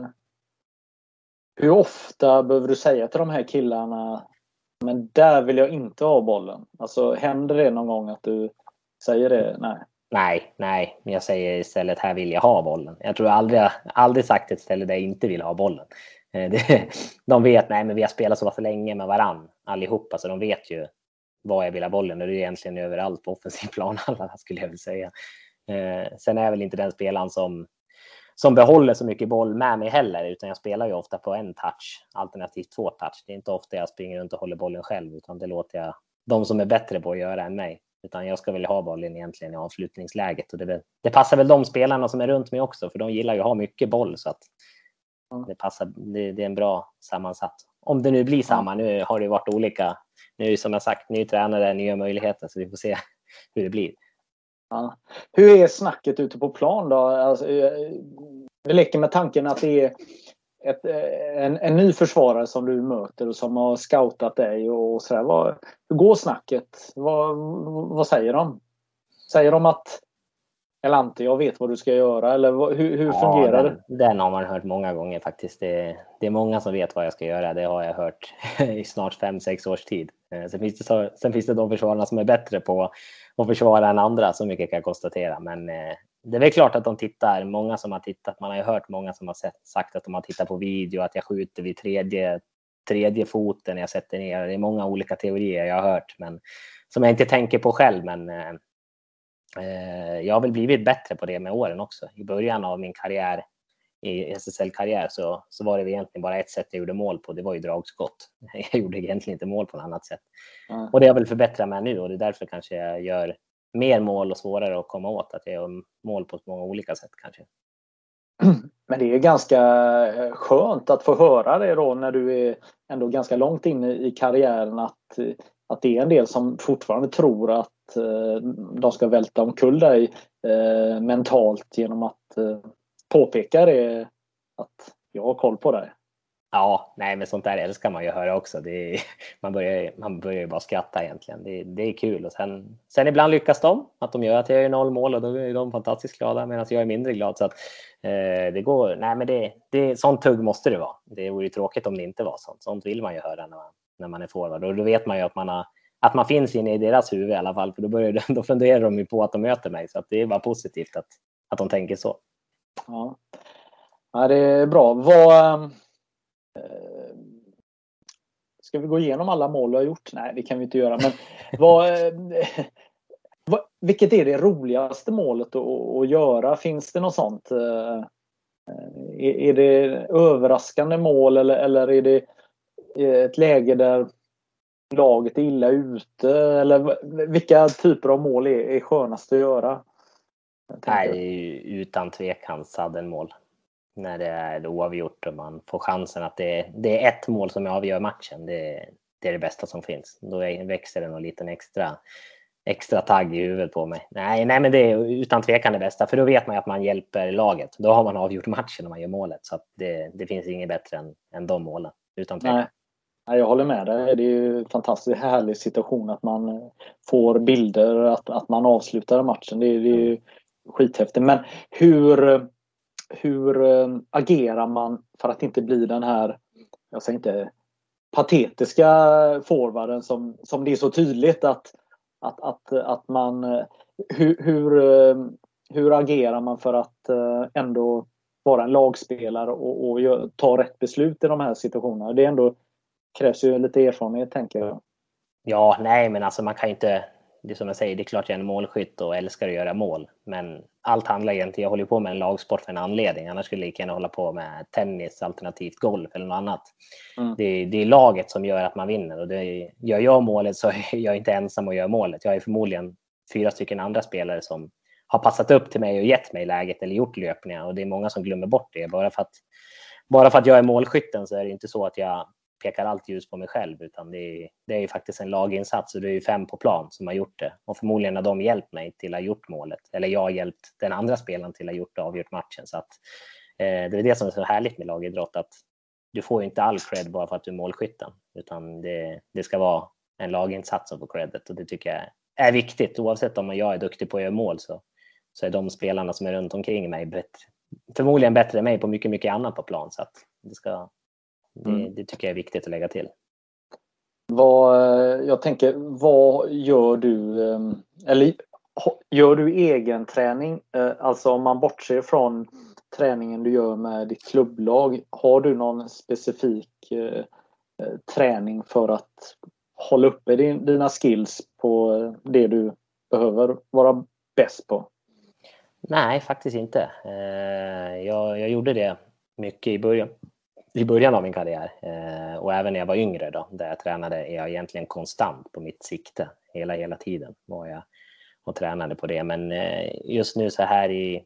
Hur ofta behöver du säga till de här killarna, men där vill jag inte ha bollen? Alltså händer det någon gång att du säger det? Nej. Nej, nej, men jag säger istället, här vill jag ha bollen. Jag tror jag aldrig, aldrig sagt ett ställe där jag inte vill ha bollen. Det, de vet, nej men vi har spelat så pass länge med varann allihopa, så de vet ju var jag vill ha bollen, och det är egentligen överallt på offensiv plan alla, skulle jag vilja säga. Eh, sen är jag väl inte den spelaren som, som behåller så mycket boll med mig heller, utan jag spelar ju ofta på en touch, alternativt två touch. Det är inte ofta jag springer runt och håller bollen själv, utan det låter jag de som är bättre på att göra än mig. Utan jag ska väl ha bollen egentligen i avslutningsläget, och det, det passar väl de spelarna som är runt mig också, för de gillar ju att ha mycket boll, så att det passar, det, det är en bra sammansatt. Om det nu blir samma, nu har det varit olika. Nu som jag sagt, ny tränare, nya möjligheter, så vi får se hur det blir. Ja. Hur är snacket ute på plan då? Alltså, vi leker med tanken att det är ett, en, en ny försvarare som du möter och som har scoutat dig och så där. Vad, hur går snacket? Vad, vad säger de? Säger de att eller inte, jag vet vad du ska göra, eller hur, hur ja, fungerar den, det? Den har man hört många gånger faktiskt. Det, det är många som vet vad jag ska göra. Det har jag hört i snart fem, sex års tid. Sen finns det, så, sen finns det de försvararna som är bättre på att försvara än andra, så mycket kan jag konstatera. Men eh, det är väl klart att de tittar. Många som har tittat, man har ju hört många som har sett, sagt att de har tittat på video, att jag skjuter vid tredje, tredje foten när jag sätter ner. Det är många olika teorier jag har hört, men som jag inte tänker på själv. Men eh, jag har väl blivit bättre på det med åren också. I början av min karriär, i S S L-karriär, så, så var det egentligen bara ett sätt jag gjorde mål på. Det var ju dragskott. Jag gjorde egentligen inte mål på något annat sätt. Mm. Och det har väl förbättrat mig nu, och det är därför kanske jag gör mer mål och svårare att komma åt. Att jag gör mål på många olika sätt kanske. Men det är ganska skönt att få höra det då, när du är ändå ganska långt inne i karriären, att, att det är en del som fortfarande tror att de ska välta omkull dig eh, mentalt genom att eh, påpeka det, att jag har koll på dig. Ja, nej, men sånt där älskar man ju höra också. Det är, man, börjar, man börjar ju bara skratta egentligen. Det, det är kul. Och sen, sen ibland lyckas de, att de gör att jag gör noll mål, och då är de fantastiskt glada, medan jag är mindre glad. Så att eh, det går, nej men det, det, sånt tugg måste det vara. Det vore ju tråkigt om det inte var sånt. Sånt vill man ju höra när man, när man är forward. Och då vet man ju att man har att man finns inne i deras huvud i alla fall, för då, börjar, då funderar de ju på att de möter mig, så att det är bara positivt att, att de tänker så. Ja, ja det är bra. Vad, eh, ska vi gå igenom alla mål du har gjort? Nej, det kan vi inte göra, men vad, eh, vad, vilket är det roligaste målet att, att göra? Finns det något sånt? Eh, är, är det överraskande mål, eller, eller är det ett läge där laget är illa ute, eller vilka typer av mål är, är skönast att göra? Nej, utan tvekan saddenmål. När det är oavgjort och man får chansen att det, det är ett mål som avgör matchen. Det, det är det bästa som finns. Då växer det någon liten extra extra tagg i huvudet på mig. Nej, nej men det är utan tvekan det bästa. För då vet man ju att man hjälper laget. Då har man avgjort matchen när man gör målet. Så att det, det finns inget bättre än, än de målen. Utan tvekan. Nej. Nej, jag håller med dig. Det är ju en fantastiskt härlig situation att man får bilder. Att, att man avslutar matchen. Det är, det är ju skithäftigt. Men hur, hur agerar man för att inte bli den här, jag säger inte patetiska forwarden som, som det är så tydligt att Att, att, att man hur, hur, hur agerar man för att ändå vara en lagspelare och, och ta rätt beslut i de här situationerna? Det ändå krävs ju lite erfarenhet, tänker jag. Ja, nej men alltså man kan inte, det är som jag säger, det är klart jag är en målskytt och älskar att göra mål, men allt handlar egentligen, jag håller på med en lagsport för en anledning, annars skulle jag lika gärna hålla på med tennis alternativt golf eller något annat. Mm. Det, det är laget som gör att man vinner, och det är, gör jag målet så är jag inte ensam att göra målet. Jag är förmodligen fyra stycken andra spelare som har passat upp till mig och gett mig läget eller gjort löpningar, och det är många som glömmer bort det. Bara för att, bara för att jag är målskytten så är det inte så att jag pekar allt ljus på mig själv, utan det är, det är ju faktiskt en laginsats, och det är ju fem på plan som har gjort det, och förmodligen har de hjälpt mig till att ha gjort målet, eller jag har hjälpt den andra spelaren till att ha gjort och avgjort matchen. Så att eh, det är det som är så härligt med lagidrott, att du får ju inte all cred bara för att du är målskytten, utan det, det ska vara en laginsats som får credit, och det tycker jag är viktigt. Oavsett om jag är duktig på att göra mål, så, så är de spelarna som är runt omkring mig bättre, förmodligen bättre än mig på mycket, mycket annat på plan, så att det ska Det, mm. det tycker jag är viktigt att lägga till. Vad, jag tänker, vad gör du, eller gör du egen träning? Alltså om man bortser från träningen du gör med ditt klubblag, har du någon specifik eh, träning för att hålla uppe din, dina skills på det du behöver vara bäst på? Nej, faktiskt inte. Eh, jag, jag gjorde det mycket i början. I början av min karriär eh, och även när jag var yngre då, där jag tränade, är jag egentligen konstant på mitt sikte hela, hela tiden var jag och tränade på det. Men eh, just nu så här i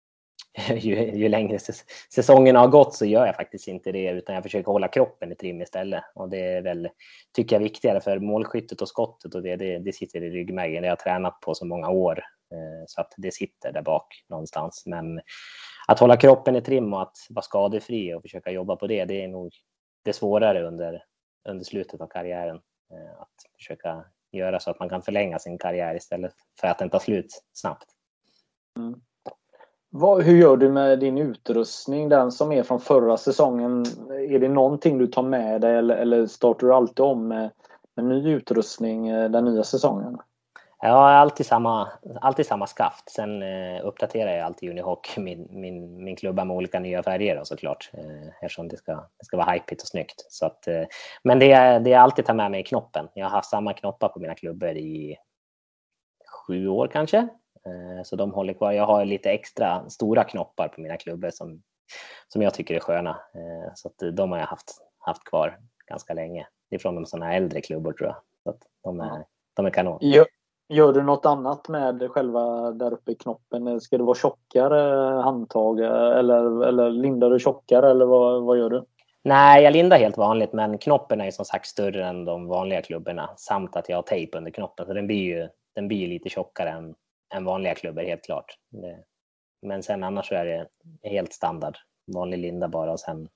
ju, ju längre säsongen har gått så gör jag faktiskt inte det, utan jag försöker hålla kroppen i trim istället, och det är väl, tycker jag, viktigare, för målskyttet och skottet, och det, det, det sitter i ryggmärgen. Det har jag tränat på så många år eh, så att det sitter där bak någonstans. Men att hålla kroppen i trim och att vara skadefri och försöka jobba på det, det är nog det svårare under, under slutet av karriären. Eh, att försöka göra så att man kan förlänga sin karriär istället för att den tar slut snabbt. Mm. Vad, hur gör du med din utrustning, den som är från förra säsongen? Är det någonting du tar med dig, eller, eller startar du alltid om med, med ny utrustning den nya säsongen? Jag har alltid samma, alltid samma skaft. Sen eh, uppdaterar jag alltid Unihoc, min, min, min klubba, med olika nya färger såklart. Eh, eftersom det ska, det ska vara hypigt och snyggt. Så att, eh, men det, det jag alltid tar med mig är knoppen. Jag har haft samma knoppar på mina klubbor i sju år kanske. Eh, så de håller kvar. Jag har lite extra stora knoppar på mina klubbor som, som jag tycker är sköna. Eh, så att de har jag haft, haft kvar ganska länge. Det är från de sådana här äldre klubbor, tror jag. Så att de är, de är kanon. Ja. Gör du något annat med själva där uppe i knoppen? Ska det vara tjockare handtag, eller, eller lindar du tjockare, eller vad, vad gör du? Nej, jag lindar helt vanligt, men knoppen är ju som sagt större än de vanliga klubborna, samt att jag har tejp under knoppen, så den blir ju den blir lite tjockare än, än vanliga klubbor, helt klart. Det, men sen annars så är det helt standard, vanlig linda bara, och sen...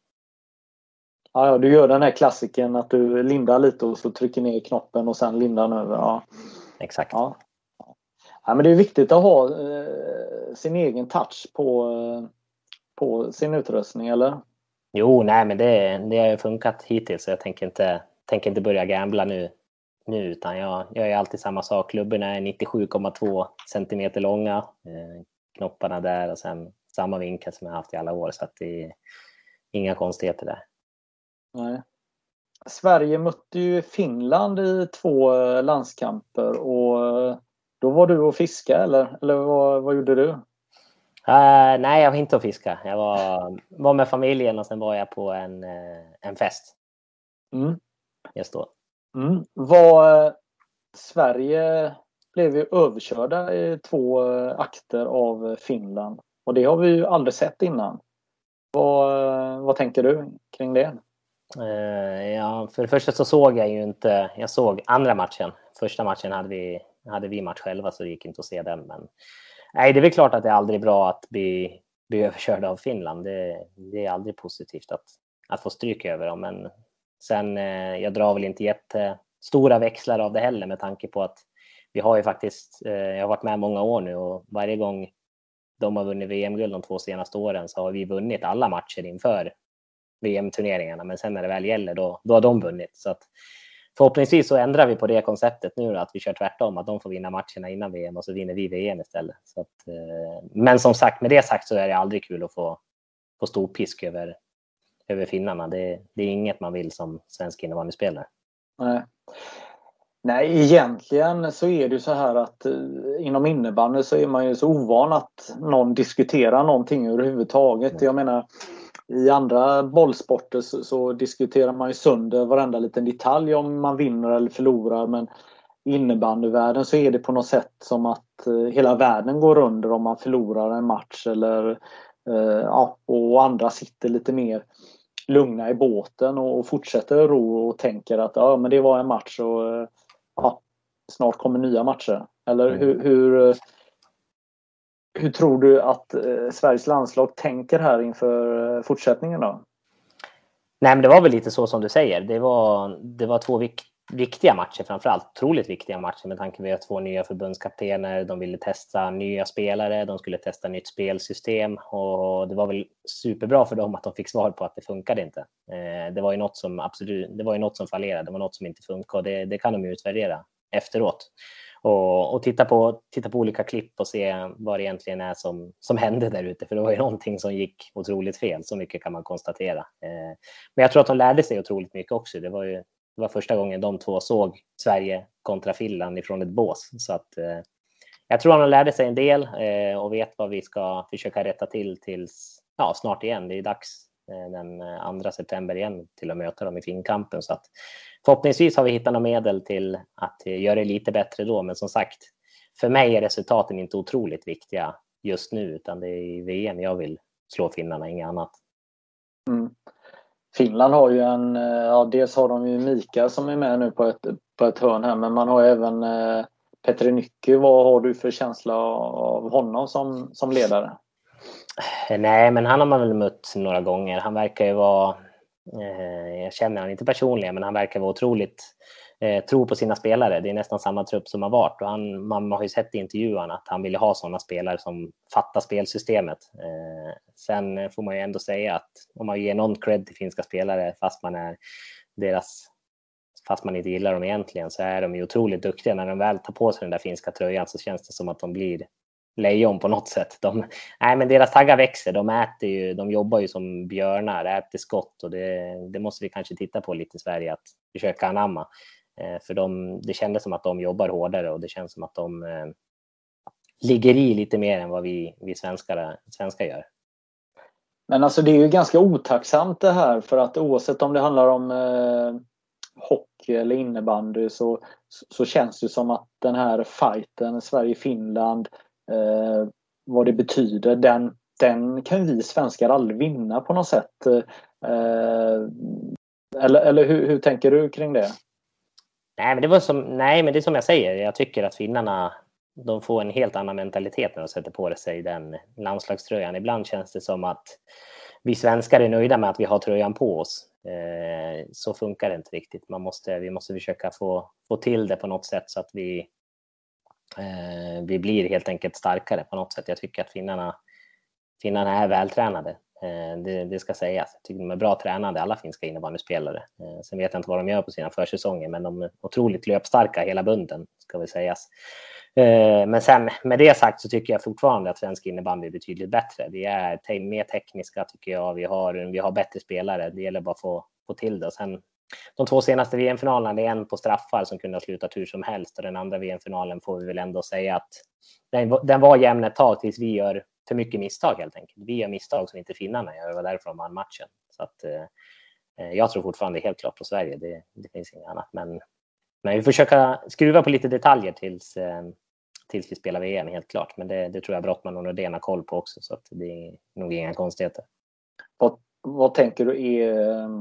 Ja, du gör den här klassiken att du lindar lite och så trycker ner knoppen och sen lindar över, ja. Exakt. Ja. Ja, men det är viktigt att ha eh, sin egen touch på, eh, på sin utrustning, eller? Jo, nej, men det, det har ju funkat hittills, så jag tänker inte, tänker inte börja gambla nu, nu utan jag, jag är alltid samma sak. Klubborna är nittiosju komma två centimeter långa, eh, knopparna där, och sen samma vinkel som jag haft i alla år, så att det är inga konstigheter där. Nej. Sverige mötte ju Finland i två landskamper, och då var du och fiska, eller, eller vad, vad gjorde du? Uh, nej, jag var inte och fiska. Jag var, var med familjen, och sen var jag på en, en fest. Mm. Just då. Mm. Var, Sverige blev ju överkörda i två akter av Finland, och det har vi ju aldrig sett innan. Vad, vad tänker du kring det? Uh, ja, för det första så såg jag ju inte, jag såg andra matchen. Första matchen hade vi, hade vi match själva, så det gick inte att se den. Men nej, det är väl klart att det är aldrig bra att bli, bli överkörd av Finland. Det, det är aldrig positivt att, att få stryk över dem. Men sen, uh, jag drar väl inte jättestora växlar av det heller, med tanke på att vi har ju faktiskt, uh, jag har varit med många år nu, och varje gång de har vunnit V M-guld de två senaste åren så har vi vunnit alla matcher inför V M-turneringarna, men sen när det väl gäller då, då har de vunnit. Så att förhoppningsvis så ändrar vi på det konceptet nu då, att vi kör tvärtom, att de får vinna matcherna innan V M och så vinner vi V M istället. Så att, eh, men som sagt, med det sagt så är det aldrig kul att få, få stor pisk över, över finnarna. Det, det är inget man vill som svensk innebandyspelare. Nej. Nej, egentligen så är det ju så här att eh, inom innebandy så är man ju så ovan att någon diskuterar någonting överhuvudtaget. Mm. Jag menar, i andra bollsporter så, så diskuterar man ju sönder varenda liten detalj om man vinner eller förlorar. Men i innebandyvärlden så är det på något sätt som att eh, hela världen går under om man förlorar en match. Eller, eh, ja, och andra sitter lite mer lugna i båten och, och fortsätter ro och tänker att ja, men det var en match och eh, ja, snart kommer nya matcher. Eller mm. hur... hur Hur tror du att eh, Sveriges landslag tänker här inför eh, fortsättningen då? Nej, men det var väl lite så som du säger. Det var, det var två vik- viktiga matcher framförallt. Otroligt viktiga matcher med tanke på att vi har två nya förbundskaptener. De ville testa nya spelare. De skulle testa nytt spelsystem. Och det var väl superbra för dem att de fick svar på att det funkade inte. Eh, det var ju något som absolut, det var ju något som fallerade. Det var något som inte funkade. Och det, det kan de ju utvärdera efteråt. Och, och titta, på, titta på olika klipp och se vad det egentligen är som, som hände där ute. För det var ju någonting som gick otroligt fel. Så mycket kan man konstatera. Eh, men jag tror att de lärde sig otroligt mycket också. Det var ju det var första gången de två såg Sverige kontra Finland ifrån ett bås. Så att, eh, jag tror att de lärde sig en del eh, och vet vad vi ska försöka rätta till tills ja, snart igen. Det är dags eh, den andra september igen till att möta dem i finkampen. Så att förhoppningsvis har vi hittat några medel till att göra det lite bättre då. Men som sagt, för mig är resultaten inte otroligt viktiga just nu. Utan det är i V M jag vill slå finnarna, inget annat. Mm. Finland har ju en... Ja, dels har de ju Mika som är med nu på ett, på ett hörn här. Men man har även eh, Petri Nycke. Vad har du för känsla av honom som, som ledare? Nej, men han har man väl mött några gånger. Han verkar ju vara... Jag känner han inte personligen, men han verkar vara otroligt eh, tro på sina spelare. Det är nästan samma trupp som har varit och han, man har ju sett i intervjuerna att han vill ha sådana spelare som fattar spelsystemet. Eh, sen får man ju ändå säga att om man ger någon cred till finska spelare fast man är deras fast man inte gillar dem egentligen, så är de ju otroligt duktiga. När de väl tar på sig den där finska tröjan så känns det som att de blir lejon på något sätt. De, nej, men deras taggar växer. De äter ju, de jobbar ju som björnar, äter skott och det, det måste vi kanske titta på lite i Sverige, att försöka anamma. Eh, för de, det kändes som att de jobbar hårdare och det känns som att de eh, ligger i lite mer än vad vi, vi svenskar, svenskar gör. Men alltså det är ju ganska otacksamt det här, för att oavsett om det handlar om eh, hockey eller innebandy så, så känns det som att den här fighten Sverige-Finland, Eh, vad det betyder, den, den kan vi svenskar aldrig vinna på något sätt. Eh, eller eller hur, hur tänker du kring det? Nej, men det var som, nej, men det är som jag säger. Jag tycker att finnarna, de får en helt annan mentalitet när de sätter på sig den landslagströjan. Ibland känns det som att vi svenskar är nöjda med att vi har tröjan på oss. Eh, så funkar det inte riktigt. Man måste, vi måste försöka få, få till det på något sätt så att vi Eh, vi blir helt enkelt starkare på något sätt. Jag tycker att finnarna, finnarna är vältränade. Eh, det, det ska sägas. Jag tycker de är bra tränade, alla finska innebandyspelare. Eh, sen vet jag inte vad de gör på sina försäsonger, men de är otroligt löpstarka hela bunden, ska vi sägas. Eh, men sen med det sagt så tycker jag fortfarande att svensk innebandy är betydligt bättre. Vi är te- mer tekniska tycker jag. Vi har, vi har bättre spelare. Det gäller bara att få, få till det. Och sen de två senaste V M-finalerna, det är en på straffar som kunde ha slutat hur som helst. Och den andra V M-finalen får vi väl ändå säga att den, den var jämn ett tag tills vi gör för mycket misstag helt enkelt. Vi gör misstag som inte finnarna gör. Det var därför de vann matchen. Så att, eh, jag tror fortfarande helt klart på Sverige. Det, det finns inget annat. Men, men vi försöker skruva på lite detaljer tills, eh, tills vi spelar V M helt klart. Men det, det tror jag Brottman och Nordén har koll på också. Så att det är nog inga konstigheter. Vad, vad tänker du är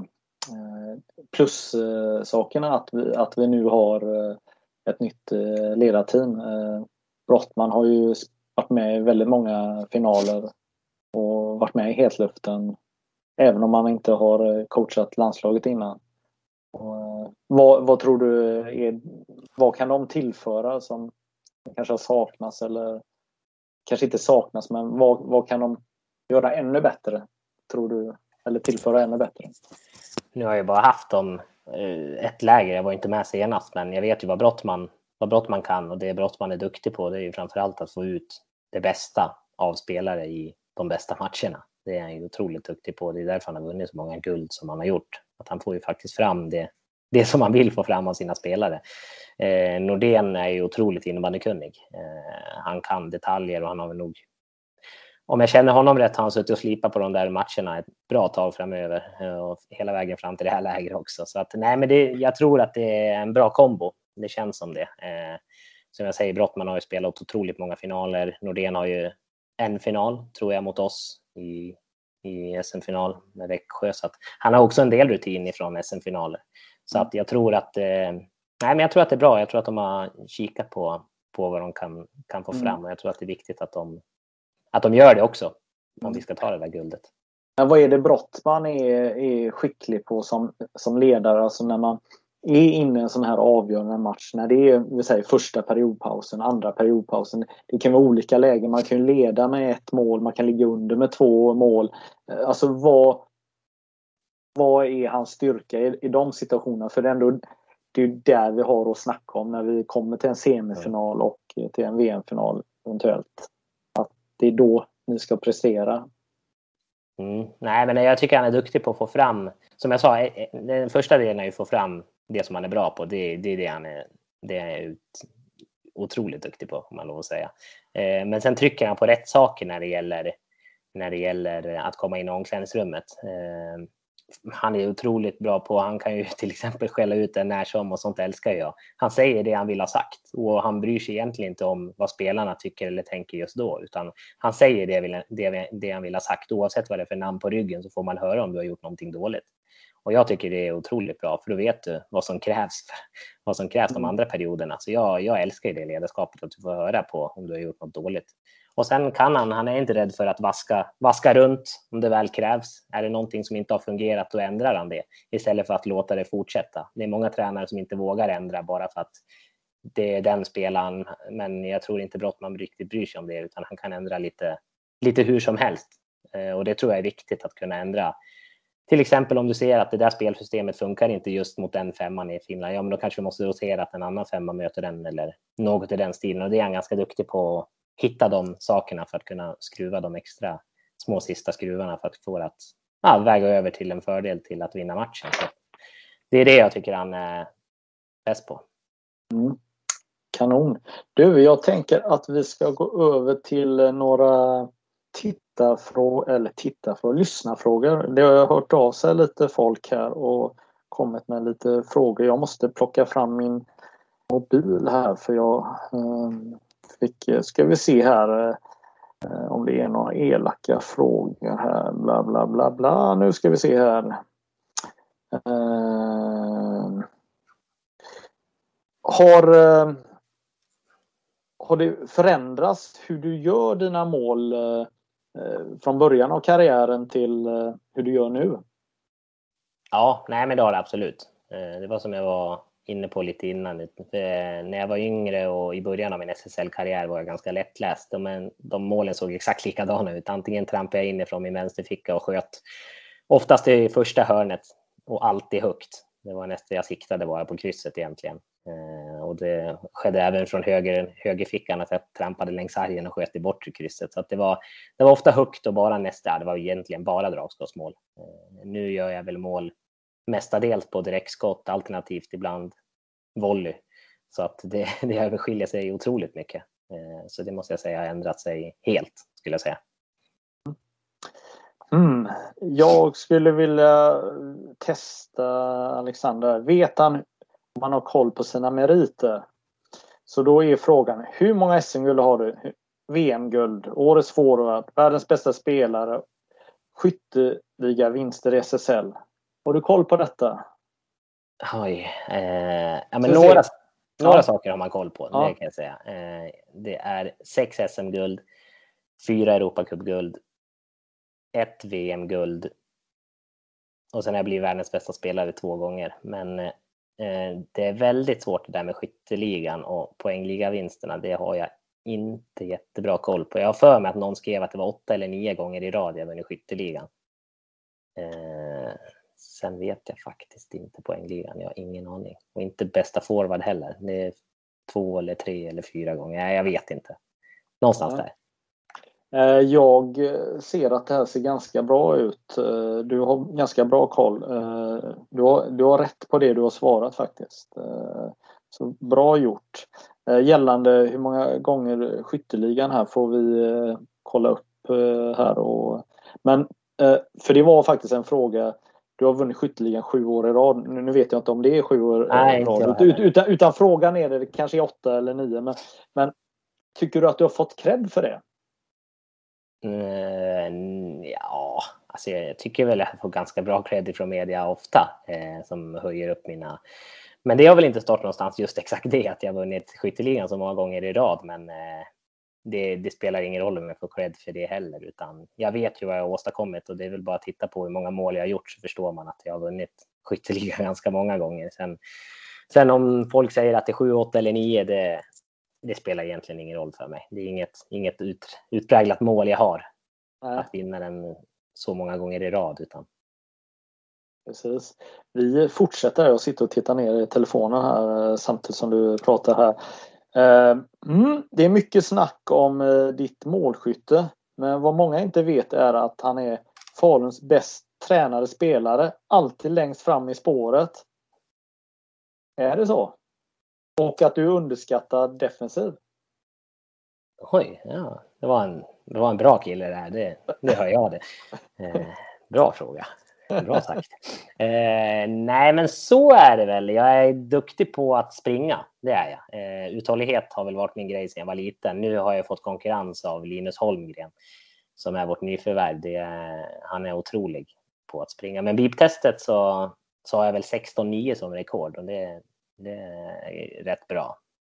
plus sakerna att vi, att vi nu har ett nytt ledarteam. Brottman har ju varit med i väldigt många finaler och varit med i hetluften även om man inte har coachat landslaget innan. Och vad, vad tror du är, vad kan de tillföra som kanske har saknats eller kanske inte saknas, men vad, vad kan de göra ännu bättre, tror du, eller tillföra ännu bättre? Nu har jag bara haft dem ett läger, jag var inte med senast, men jag vet ju vad Brottman, vad Brottman kan, och det Brottman är duktig på, det är ju framförallt att få ut det bästa av spelare i de bästa matcherna. Det är han ju otroligt duktig på, det är därför han har vunnit så många guld som han har gjort. Att han får ju faktiskt fram det, det som man vill få fram av sina spelare. Eh, Nordén är ju otroligt innebandykunnig. Eh, han kan detaljer och han har väl nog, om jag känner honom rätt, har han suttit och slipat på de där matcherna ett bra tag framöver. Eh, och hela vägen fram till det här läget också. Så att, nej, men det, jag tror att det är en bra kombo. Det känns som det. Eh, som jag säger, Brottman har ju spelat otroligt många finaler. Nordén har ju en final, tror jag, mot oss i, i S M-final med Växjö. Så att han har också en del rutin ifrån S M-finaler. Så att jag tror att eh, nej, men jag tror att det är bra. Jag tror att de har kikat på, på vad de kan, kan få fram. Mm. Och jag tror att det är viktigt att de, att de gör det också. Om vi ska ta det där guldet. Men vad är det Brottman är, är skicklig på som, som ledare? Alltså när man är inne i en sån här avgörande match. När det är, vill säga, första periodpausen, andra periodpausen. Det kan vara olika lägen. Man kan leda med ett mål. Man kan ligga under med två mål. Alltså vad... Vad är hans styrka i, i de situationerna? För det är ändå det är där vi har att snacka om när vi kommer till en semifinal och till en V M-final eventuellt. Att det är då ni ska prestera. Mm. Nej, men jag tycker han är duktig på att få fram, som jag sa, den första delen är ju att få fram det som han är bra på. Det, det är det han är, det är ut, otroligt duktig på, om man lov att säga. Eh, men sen trycker han på rätt saker när det gäller, när det gäller att komma in i omklädningsrummet. Eh, Han är otroligt bra på, han kan ju till exempel skälla ut en när som, och sånt älskar jag. Han säger det han vill ha sagt och han bryr sig egentligen inte om vad spelarna tycker eller tänker just då, utan han säger det, det, det han vill ha sagt. Oavsett vad det är för namn på ryggen så får man höra om du har gjort någonting dåligt. Och jag tycker det är otroligt bra, för då vet du vad som krävs, vad som krävs de andra perioderna. Så jag, jag älskar ju det ledarskapet, att du får höra på om du har gjort något dåligt. Och sen kan han, han är inte rädd för att vaska, vaska runt om det väl krävs. Är det någonting som inte har fungerat, då ändrar han det istället för att låta det fortsätta. Det är många tränare som inte vågar ändra bara för att det är den spelaren. Men jag tror inte Brottman riktigt bryr sig om det, utan han kan ändra lite, lite hur som helst. Och det tror jag är viktigt att kunna ändra. Till exempel om du ser att det där spelsystemet funkar inte just mot den femman i Finland. Ja, men då kanske vi måste rotera att en annan femma möter den eller något i den stilen. Och det är han ganska duktig på, hitta de sakerna för att kunna skruva de extra små sista skruvarna för att få att ja, väga över till en fördel till att vinna matchen. Så det är det jag tycker han är bäst på. Mm. Kanon. Du, jag tänker att vi ska gå över till några tittarfrågor, eller tittarfrågor, lyssnarfrågor. Det har hört av sig lite folk här och kommit med lite frågor. Jag måste plocka fram min mobil här, för jag um, fick, ska vi se här eh, om det är några elaka frågor här, bla bla bla bla. Nu ska vi se här. Eh, har eh, har det förändrats hur du gör dina mål eh, från början av karriären till eh, hur du gör nu? Ja, nej men det har det absolut. Eh, det var som jag var inne på lite innan. När jag var yngre och i början av min S S L-karriär var jag ganska lättläst. Men de målen såg exakt likadana ut. Antingen trampade jag inifrån min vänsterficka och sköt oftast i första hörnet och alltid högt. Det var nästan jag siktade bara på krysset egentligen. Och det skedde även från höger, högerfickan att jag trampade längs sargen och sköt i bortre krysset. Så att det, var, det var ofta högt och bara nästa. Det var egentligen bara dragskottsmål. Nu gör jag väl mål mestadels på direktskott, alternativt ibland volley. Så att det, det överskiljer sig otroligt mycket. Så det måste jag säga har ändrat sig helt, skulle jag säga. Mm. Jag skulle vilja testa Alexander. Vet han om man har koll på sina meriter? Så då är frågan, hur många S M-guld har du? V M-guld, årets forward, världens bästa spelare, skytteliga vinster i S S L. Har du koll på detta? Oj, eh, ja, men Ska vi några, se. några Ja. saker har man koll på, Ja. det kan jag säga. Eh, det är sex S M-guld, fyra Europacupguld, ett V M-guld och sen har jag blivit världens bästa spelare två gånger. Men eh, det är väldigt svårt det där med skytteligan och poängligavinsterna. Det har jag inte jättebra koll på. Jag har för mig att någon skrev att det var åtta eller nio gånger i rad jag vunnit skytteligan. Eh, sen vet jag faktiskt inte poängligan. Jag har ingen aning. Och inte bästa forward heller. Det är två eller tre eller fyra gånger. Nej, jag vet inte. Någonstans Ja. där. Jag ser att det här ser ganska bra ut. Du har ganska bra koll. Du har, du har rätt på det du har svarat faktiskt. Så bra gjort. Gällande hur många gånger skytteligan här får vi kolla upp här. Och, men för det var faktiskt en fråga. Du har vunnit skytteligan sju år i rad. Nu vet jag inte om det är sju år Nej, i rad. inte Ut, utan, utan frågan är det kanske är åtta eller nio. Men, men tycker du att du har fått cred för det? Mm, ja, alltså jag tycker väl att jag får ganska bra credit från media ofta eh, som höjer upp mina. Men det har väl inte stått någonstans just exakt det att jag vunnit skytteligan så många gånger i rad. Men eh, det, det spelar ingen roll om jag får cred för det heller. Utan jag vet ju vad jag har åstadkommit och det är väl bara att titta på hur många mål jag har gjort så förstår man att jag har vunnit skytteligan ganska många gånger. Sen, sen om folk säger att det är sju, åtta eller nio, det Det spelar egentligen ingen roll för mig. Det är inget, inget ut, utpräglat mål jag har. Nej. Att vinna den så många gånger i rad. Utan... Precis. Vi fortsätter. Jag sitter och tittar ner i telefonen här samtidigt som du pratar här. Mm, det är mycket snack om ditt målskytte. Men vad många inte vet är att han är Faluns bäst tränade spelare. Alltid längst fram i spåret. Är det så? Och att du underskattar defensiv. Oj, ja. Det var en, det var en bra kille där. Det, det hör jag det. Eh, bra fråga. Bra sagt. Eh, nej, men så är det väl. Jag är duktig på att springa. Det är jag. Eh, uthållighet har väl varit min grej sedan jag var liten. Nu har jag fått konkurrens av Linus Holmgren. Som är vårt nyförvärv. Det är, han är otrolig på att springa. Men beep-testet så, så har jag väl sexton nio som rekord. Och det Det är rätt bra.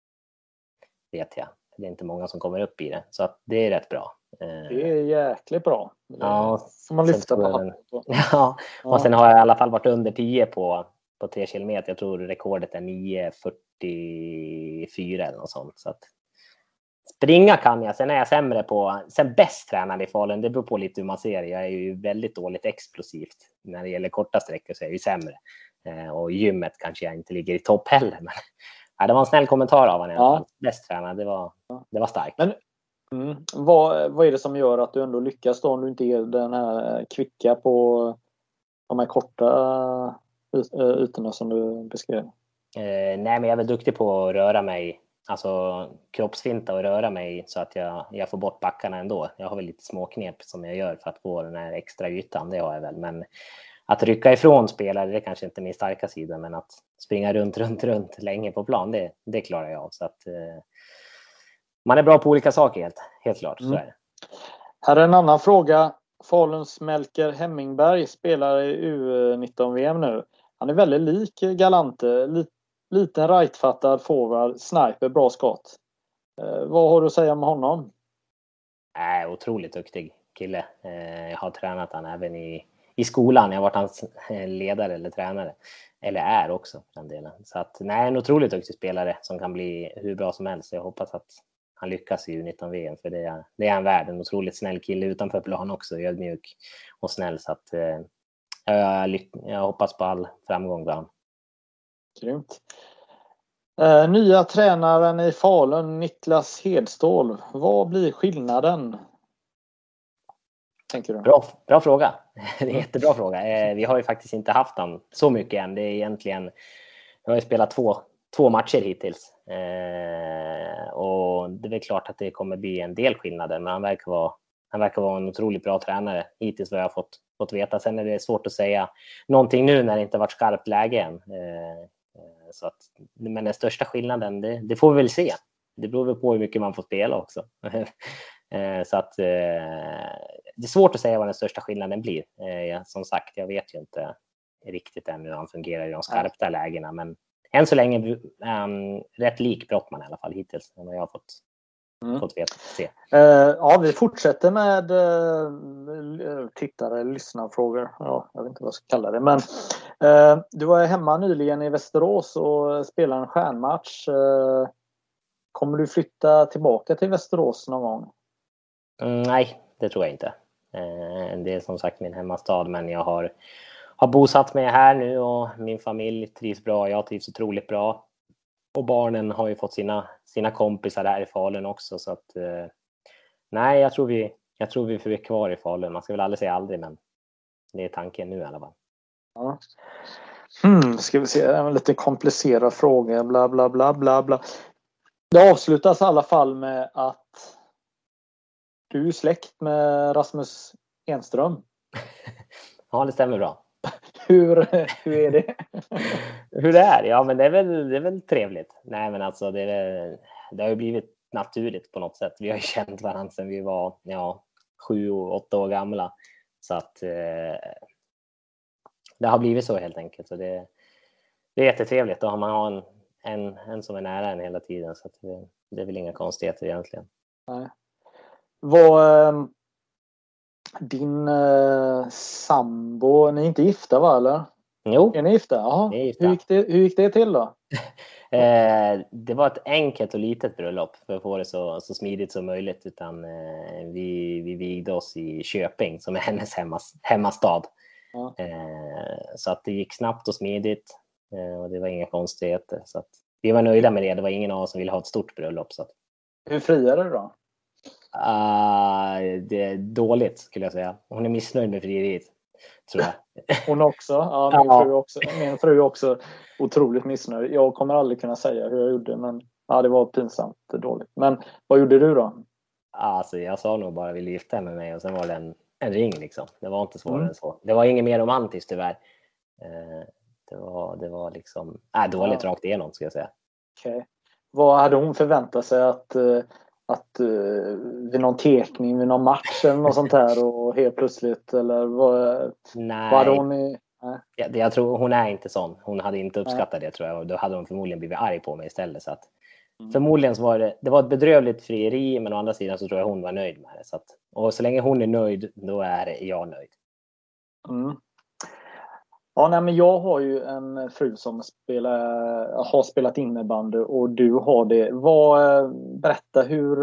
Vet jag. Det är inte många som kommer upp i det. Så att det är rätt bra. Det är jäkligt bra. Det ja, får man lyfta på handen på. Ja, och ja. Sen har jag i alla fall varit under tio på, på tre kilometer. Jag tror rekordet är nio fyrtiofyra eller något sånt. Så att springa kan jag. Sen är jag sämre på... Sen bäst tränad i Falun. Det beror på lite hur man ser det. Jag är ju väldigt dåligt explosivt. När det gäller korta sträckor så är jag ju sämre. Och i gymmet kanske jag inte ligger i topp heller. Men ja, det var en snäll kommentar av honom. Ja. Bäst tränad, det var, det var starkt. Men mm, vad, vad är det som gör att du ändå lyckas då om du inte är den här kvicka på de här korta ytorna som du beskrev? Eh, nej, men jag är väl duktig på att röra mig. Alltså kroppsfinta och röra mig så att jag, jag får bort backarna ändå. Jag har väl lite små knep som jag gör för att få den här extra ytan. Det har jag väl, men att rycka ifrån spelare, det är kanske inte min starka sida, men att springa runt, runt, runt länge på plan, det, det klarar jag av. Så att eh, man är bra på olika saker helt, helt klart. Mm. Så är det. Här är en annan fråga. Faluns Melker Hemmingberg spelar i U nitton V M nu. Han är väldigt lik Galante, li, liten rightfattad forward, sniper, bbra skott. Eh, vad har du att säga om honom? Äh, otroligt duktig kille. Eh, jag har tränat han även i I skolan, jag har varit hans ledare eller tränare. Eller är också för den delen. Så att, nej, en otroligt duktig spelare som kan bli hur bra som helst. Jag hoppas att han lyckas i U nitton V M. För det är, det är en värld. En otroligt snäll kille utanför plan också. Ödmjuk och snäll. Så att eh, jag, jag hoppas på all framgång för han. Grymt. Eh, nya tränaren i Falun, Niklas Hedstål. Vad blir skillnaden? Tänker du? Bra, bra fråga. Det är en jättebra fråga. Eh, vi har ju faktiskt inte haft den så mycket än. Det är egentligen, jag har ju spelat två, två matcher hittills. Eh, och det är väl klart att det kommer bli en del skillnader. Men han verkar vara, han verkar vara en otroligt bra tränare hittills vad jag har fått, fått veta. Sen är det svårt att säga någonting nu när det inte varit skarpt läge än. Eh, så att, men den största skillnaden, det, det får vi väl se. Det beror väl på hur mycket man får spela också. Så att det är svårt att säga vad den största skillnaden blir. Som sagt, jag vet ju inte riktigt än hur han fungerar i de skarpta lägena. Men än så länge um, rätt lik Brottman i alla fall hittills. Än vad jag har fått, mm. fått veta. Se. Uh, ja, vi fortsätter med uh, tittare, lyssnarfrågor. Ja, jag vet inte vad jag ska kalla det. Men uh, du var hemma nyligen i Västerås och spelade en stjärnmatch. Uh, kommer du flytta tillbaka till Västerås någon gång? Mm, nej, det tror jag inte. Uh, det är som sagt min hemmastad, men jag har, har bosatt mig här nu och min familj trivs bra. Jag trivs otroligt bra. Och barnen har ju fått sina, sina kompisar här i Falun också. Så att, uh, nej, jag tror vi jag tror vi får bli kvar i Falun. Man ska väl aldrig säga aldrig, men det är tanken nu i alla fall. Ja. Hmm, ska vi se, en lite komplicerad fråga. Bla bla bla bla bla. Det avslutas i alla fall med att du är släkt med Rasmus Enström. Ja, det stämmer bra. Hur, hur är det? Hur det är? Ja, men det är väl, det är väl trevligt. Nej, men alltså det, är, det har ju blivit naturligt på något sätt. Vi har ju känt varandra sedan vi var ja, sju och åtta år gamla. Så att eh, det har blivit så helt enkelt. Så det, det är jättetrevligt. Då har man har en, en, en som är nära en hela tiden. Så att det, det är väl inga konstigheter egentligen. Nej. Vad... Eh, din eh, sambo, ni är inte gifta va eller? Jo. Är ni gifta? Jaha. Är gifta. Hur, gick det, hur gick det till då? eh, det var ett enkelt och litet bröllop för att få det så, så smidigt som möjligt. Utan eh, vi, vi vigde oss i Köping som är hennes hemmas, hemmastad. Ja. Eh, så att det gick snabbt och smidigt eh, och det var inga konstigheter. Så att vi var nöjda med det. Det var ingen av oss som ville ha ett stort bröllop. Så att... Hur friade du då? Uh, det är dåligt skulle jag säga. Hon är missnöjd med frieriet, tror jag. Hon också? Ja, min, ja. Fru också. Min fru är också otroligt missnöjd. Jag kommer aldrig kunna säga hur jag gjorde, men ja, det var pinsamt dåligt. Men vad gjorde du då? Alltså, jag sa nog bara vill gifta med mig och sen var det en, en ring liksom. Det var inte svårare mm. än så. Det var inget mer romantiskt tyvärr. Uh, det, var, det var liksom äh, dåligt ja. Rakt igenom ska jag säga. Okej. Okay. Vad hade hon förväntat sig att... Uh, att uh, vid någon tekning, vid någon match eller något sånt här och helt plötsligt eller vad, nej. Vad hade hon i, nej. Ja, jag tror hon är inte sån. Hon hade inte uppskattat nej. Det tror jag och då hade hon förmodligen blivit arg på mig istället så att mm. förmodligen så var det det var ett bedrövligt frieri men å andra sidan så tror jag hon var nöjd med det så att och så länge hon är nöjd då är jag nöjd. Mm. Ja, nej, men jag har ju en fru som spelar, har spelat innebandy och du har det. Vad, berätta, hur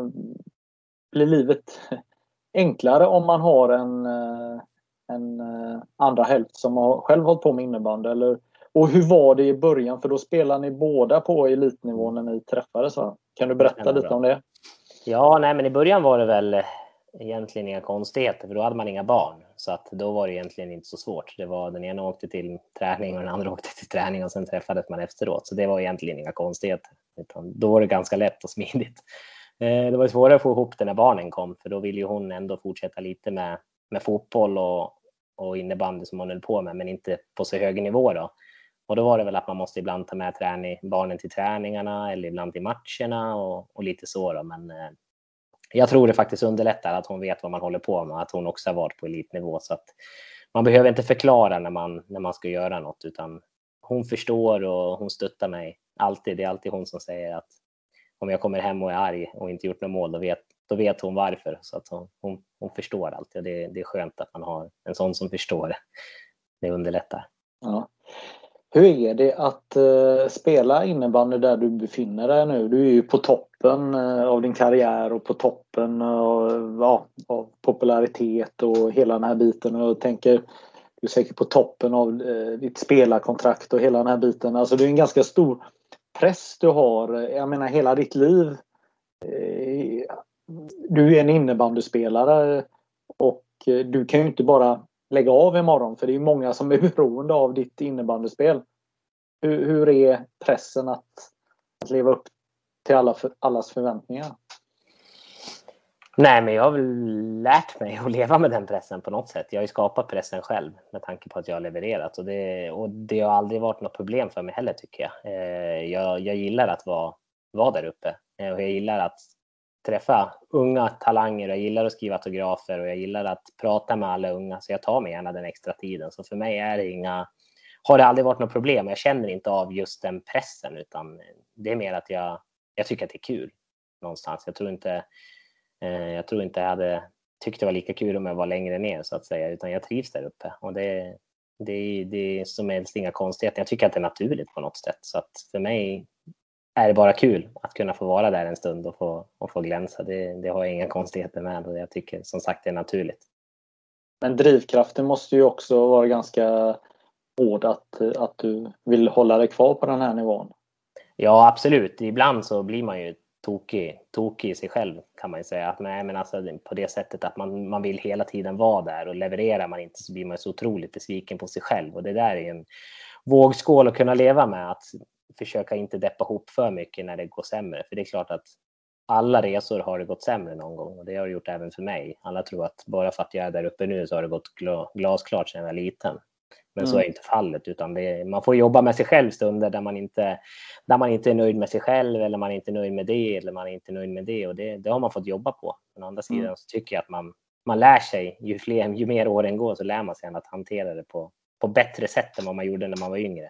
blir livet enklare om man har en, en andra hälft som har själv hållit på med innebandy? Eller, och hur var det i början? För då spelar ni båda på elitnivå när ni träffades. Va? Kan du berätta lite bra om det? Ja, nej, men i början var det väl... egentligen inga konstigheter för då hade man inga barn så att då var det egentligen inte så svårt. Det var den ena åkte till träning och den andra åkte till träning och sen träffades man efteråt så det var egentligen inga konstigheter utan då var det ganska lätt och smidigt. Eh, det var svårare att få ihop det när barnen kom för då ville ju hon ändå fortsätta lite med, med fotboll och, och innebandy som hon höll på med men inte på så hög nivå då. Och då var det väl att man måste ibland ta med träning, barnen till träningarna eller ibland till matcherna och, och lite så då men eh, jag tror det faktiskt underlättar att hon vet vad man håller på med. Att hon också har varit på elitnivå. Så att man behöver inte förklara när man, när man ska göra något. Utan hon förstår och hon stöttar mig. Alltid. Det är alltid hon som säger att om jag kommer hem och är arg och inte gjort något mål. Då vet, då vet hon varför. Så att hon, hon, hon förstår alltid. Det, det är skönt att man har en sån som förstår. Det underlättar. Ja. Hur är det att uh, spela innebandy där du befinner dig nu? Du är ju på toppen uh, av din karriär och på toppen uh, ja, av popularitet och hela den här biten. Och jag tänker, du är säkert på toppen av uh, ditt spelarkontrakt och hela den här biten. Alltså det är en ganska stor press du har. Jag menar hela ditt liv. Uh, du är en innebandyspelare och uh, du kan ju inte bara lägga av imorgon för det är många som är beroende av ditt innebandyspel. Hur, hur är pressen att, att leva upp till alla för, allas förväntningar? Nej, men jag har väl lärt mig att leva med den pressen på något sätt. Jag har ju skapat pressen själv med tanke på att jag har levererat och det, och det har aldrig varit något problem för mig heller tycker jag. Jag, jag gillar att vara, vara där uppe och jag gillar att träffa unga talanger. Jag gillar att skriva autografer och jag gillar att prata med alla unga. Så jag tar mig gärna den extra tiden. Så för mig är det inga, har det aldrig varit något problem. Jag känner inte av just den pressen, utan det är mer att jag, jag tycker att det är kul någonstans. Jag tror inte, eh, jag tror inte jag hade tyckt det var lika kul om jag var längre ner så att säga, utan jag trivs där uppe. Och det, det, det är som helst inga konstigheter. Jag tycker att det är naturligt på något sätt. Så att för mig är det bara kul att kunna få vara där en stund och få, och få glänsa. Det, det har jag inga konstigheter med och jag tycker som sagt det är naturligt. Men drivkraften måste ju också vara ganska hård att, att du vill hålla dig kvar på den här nivån. Ja, absolut. Ibland så blir man ju tokig, tokig i sig själv kan man ju säga. Att, nej, men alltså, på det sättet att man, man vill hela tiden vara där och levererar man inte så blir man så otroligt besviken på sig själv. Och det där är en vågskål att kunna leva med, att försöka inte deppa ihop för mycket när det går sämre. För det är klart att alla resor har det gått sämre någon gång och det har det gjort även för mig. Alla tror att bara för att jag är där uppe nu så har det gått glasklart sedan jag var liten. Men mm. så är inte fallet, utan det, man får jobba med sig själv stunder där man inte, där man inte är nöjd med sig själv, eller man är inte nöjd med det, eller man är inte nöjd med det, och det, det har man fått jobba på. Men å andra sidan mm. så tycker jag att man, man lär sig, ju fler, ju mer åren går så lär man sig att hantera det på, på bättre sätt än vad man gjorde när man var yngre.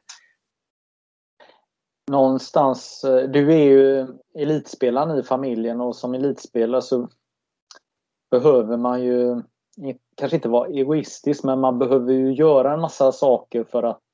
Någonstans, du är ju elitspelaren i familjen, och som elitspelare så behöver man ju kanske inte vara egoistisk, men man behöver ju göra en massa saker för att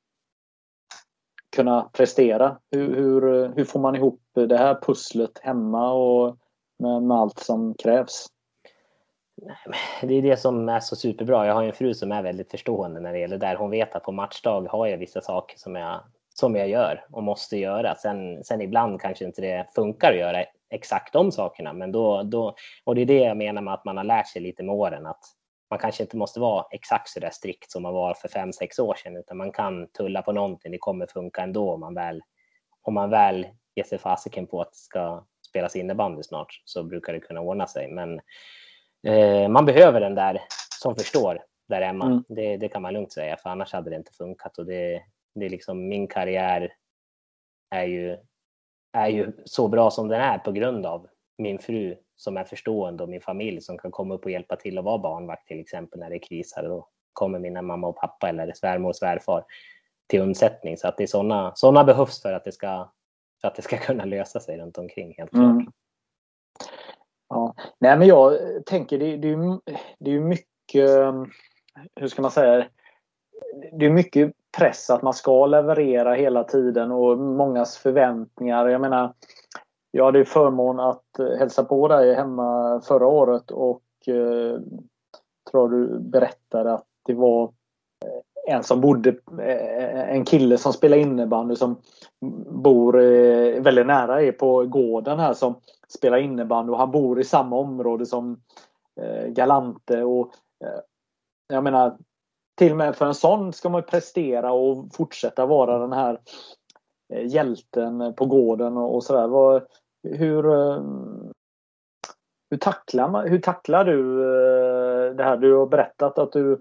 kunna prestera. Hur, hur, hur får man ihop det här pusslet hemma och med, med allt som krävs? Det är det som är så superbra. Jag har en fru som är väldigt förstående när det gäller där. Hon vet att på matchdag har jag vissa saker som jag, som jag gör och måste göra. Sen, sen ibland kanske inte det funkar att göra exakt de sakerna, men då, då, och det är det jag menar med att man har lärt sig lite med åren, att man kanske inte måste vara exakt så där strikt som man var för fem, sex år sedan, utan man kan tulla på någonting. Det kommer funka ändå om man väl, om man väl ger sig fasiken på att det ska spelas innebandy snart, så brukar det kunna ordna sig. Men eh, man behöver den där som förstår där hemma. Mm. Det, det kan man lugnt säga, för annars hade det inte funkat. Och det, det är liksom, min karriär är ju är ju så bra som den är på grund av min fru som är förstående och min familj som kan komma upp och hjälpa till att vara barnvakt till exempel när det är krisar. Då kommer mina mamma och pappa eller svärmor och svärfar till undsättning. Så att det är sådana såna behövs för att det ska för att det ska kunna lösa sig runt omkring, helt klart. Mm. Ja. Nej, men jag tänker det, det, det är ju mycket, hur ska man säga, det är mycket press att man ska leverera hela tiden och mångas förväntningar. Jag menar, jag hade förmån att hälsa på dig hemma förra året, och eh, tror du berättade att det var en som bodde, en kille som spelar innebandy som bor eh, väldigt nära er på gården här, som spelar innebandy, och han bor i samma område som eh, Galante, och eh, jag menar, till och med för en sån ska man prestera och fortsätta vara den här hjälten på gården och, och sådär. Hur, hur, tacklar man, hur tacklar du det här? Du har berättat att du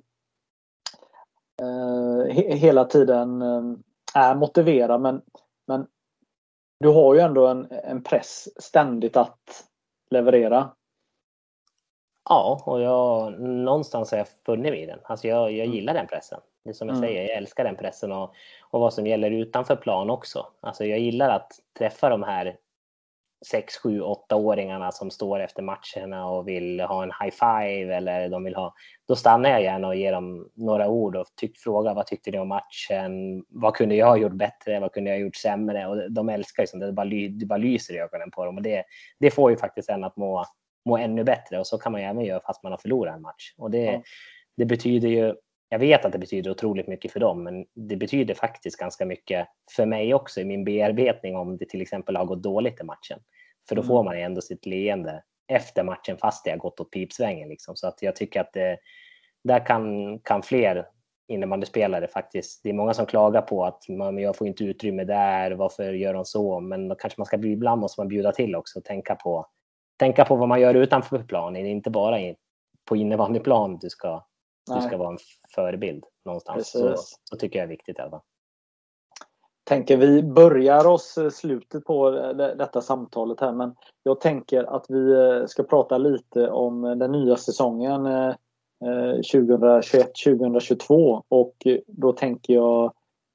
eh, hela tiden är motiverad, men, men du har ju ändå en, en press ständigt att leverera. Ja, och jag, någonstans har jag funnit vid den. Alltså jag, jag gillar den pressen. Det är som jag mm. säger, jag älskar den pressen, och, och vad som gäller utanför plan också. Alltså jag gillar att träffa de här sex, sju, åtta-åringarna som står efter matcherna och vill ha en high five, eller de vill ha... Då stannar jag gärna och ger dem några ord och tyck, frågar vad tyckte ni om matchen? Vad kunde jag ha gjort bättre? Vad kunde jag ha gjort sämre? Och de älskar ju sånt. Det bara, ly, det bara lyser i ögonen på dem. Och det, det får ju faktiskt en att må... må ännu bättre, och så kan man ju även göra fast man har förlorat en match. Och det, ja. det betyder ju, jag vet att det betyder otroligt mycket för dem, men det betyder faktiskt ganska mycket för mig också i min bearbetning om det till exempel har gått dåligt i matchen. För då mm. får man ju ändå sitt leende efter matchen fast det har gått åt pipsvängen liksom. Så att jag tycker att det, där kan, kan fler innebandyspelare faktiskt, det är många som klagar på att man, jag får inte utrymme där, varför gör de så? Men då kanske man ska bli, ibland måste man bjuda till också och tänka på Tänka på vad man gör utanför planen, inte bara in, på innebandyplan du ska, du ska vara en förebild någonstans. Så, så tycker jag är viktigt. Alltså. tänker vi börjar oss slutet på detta samtalet här, men jag tänker att vi ska prata lite om den nya säsongen tjugohundratjugoett tjugohundratjugotvå, och då tänker jag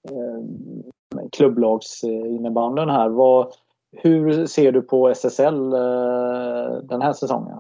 klubblagsinnebandyn här. Vad, hur ser du på S S L den här säsongen?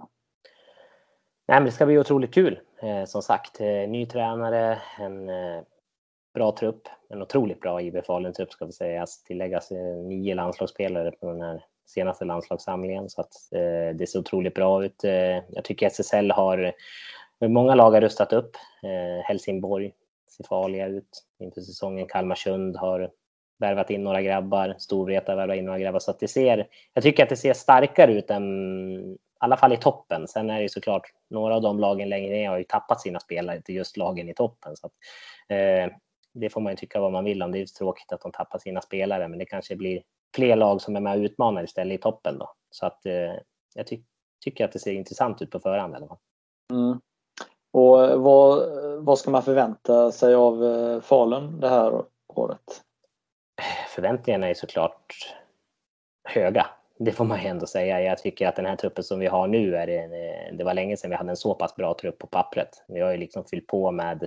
Nej, men det ska bli otroligt kul. Eh, som sagt, eh, ny tränare, en eh, bra trupp, en otroligt bra I B Falun-trupp ska vi säga. Tilläggas eh, nio landslagsspelare på den här senaste landslagssamlingen, så att eh, det ser otroligt bra ut. Eh, jag tycker S S L har många lag har rustat upp. Eh, Helsingborg ser farliga ut inför säsongen. Kalmarsund har värvat in några grabbar. Storvreta värvat in några grabbar. Så att det ser, jag tycker att det ser starkare ut än, i alla fall i toppen. Sen är det ju såklart, några av de lagen längre ner har ju tappat sina spelare till just lagen i toppen. Så att, eh, det får man ju tycka vad man vill om. Det är ju tråkigt att de tappar sina spelare, men det kanske blir fler lag som är med och utmanar istället i toppen då. Så att eh, jag ty- tycker att det ser intressant ut på förhand i alla fall. Mm. Och vad, vad ska man förvänta sig av eh, Falun det här året? Förväntningarna är såklart höga. Det får man ju ändå säga. Jag tycker att den här truppen som vi har nu är det, det var länge sedan vi hade en så pass bra trupp på pappret. Vi har ju liksom fyllt på med,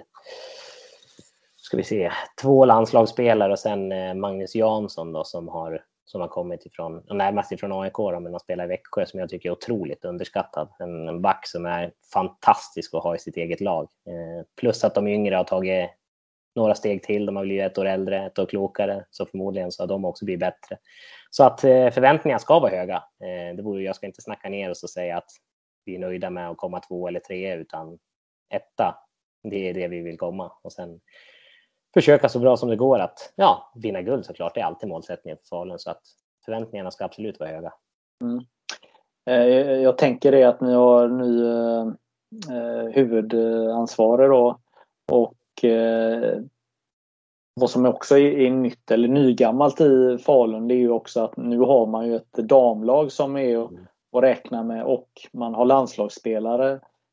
ska vi se, två landslagsspelare och sen Magnus Jansson då, som har som har kommit ifrån, närmast ifrån A I K då, men de spelar i Växjö, som jag tycker är otroligt underskattad. En, en back som är fantastisk att ha i sitt eget lag. Eh, plus att de yngre har tagit några steg till. De har blivit ett år äldre, ett år klokare. Så förmodligen så har de också blivit bättre. Så att eh, förväntningarna ska vara höga. Eh, det vore, jag ska inte snacka ner oss och säga att vi är nöjda med att komma två eller tre, utan etta, det är det vi vill komma. Och sen försöka så bra som det går att ja, vinna guld såklart. Det är alltid målsättningen för Falun. Så att förväntningarna ska absolut vara höga. Mm. Eh, jag tänker det att ni har ny eh, huvudansvarig då. Och eh, vad som också är, är nytt eller nygammalt i Falun, det är ju också att nu har man ju ett damlag som är att, att räkna med, och man har landslagsspelare.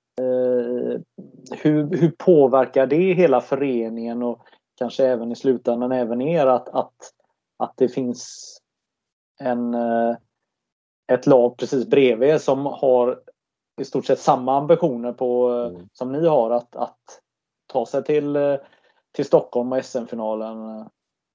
Eh, hur, hur påverkar det hela föreningen och kanske även i slutändan även er att, att, att det finns en, ett lag precis bredvid som har i stort sett samma ambitioner på, mm. som ni har att, att ta sig till, till Stockholm och S M-finalen?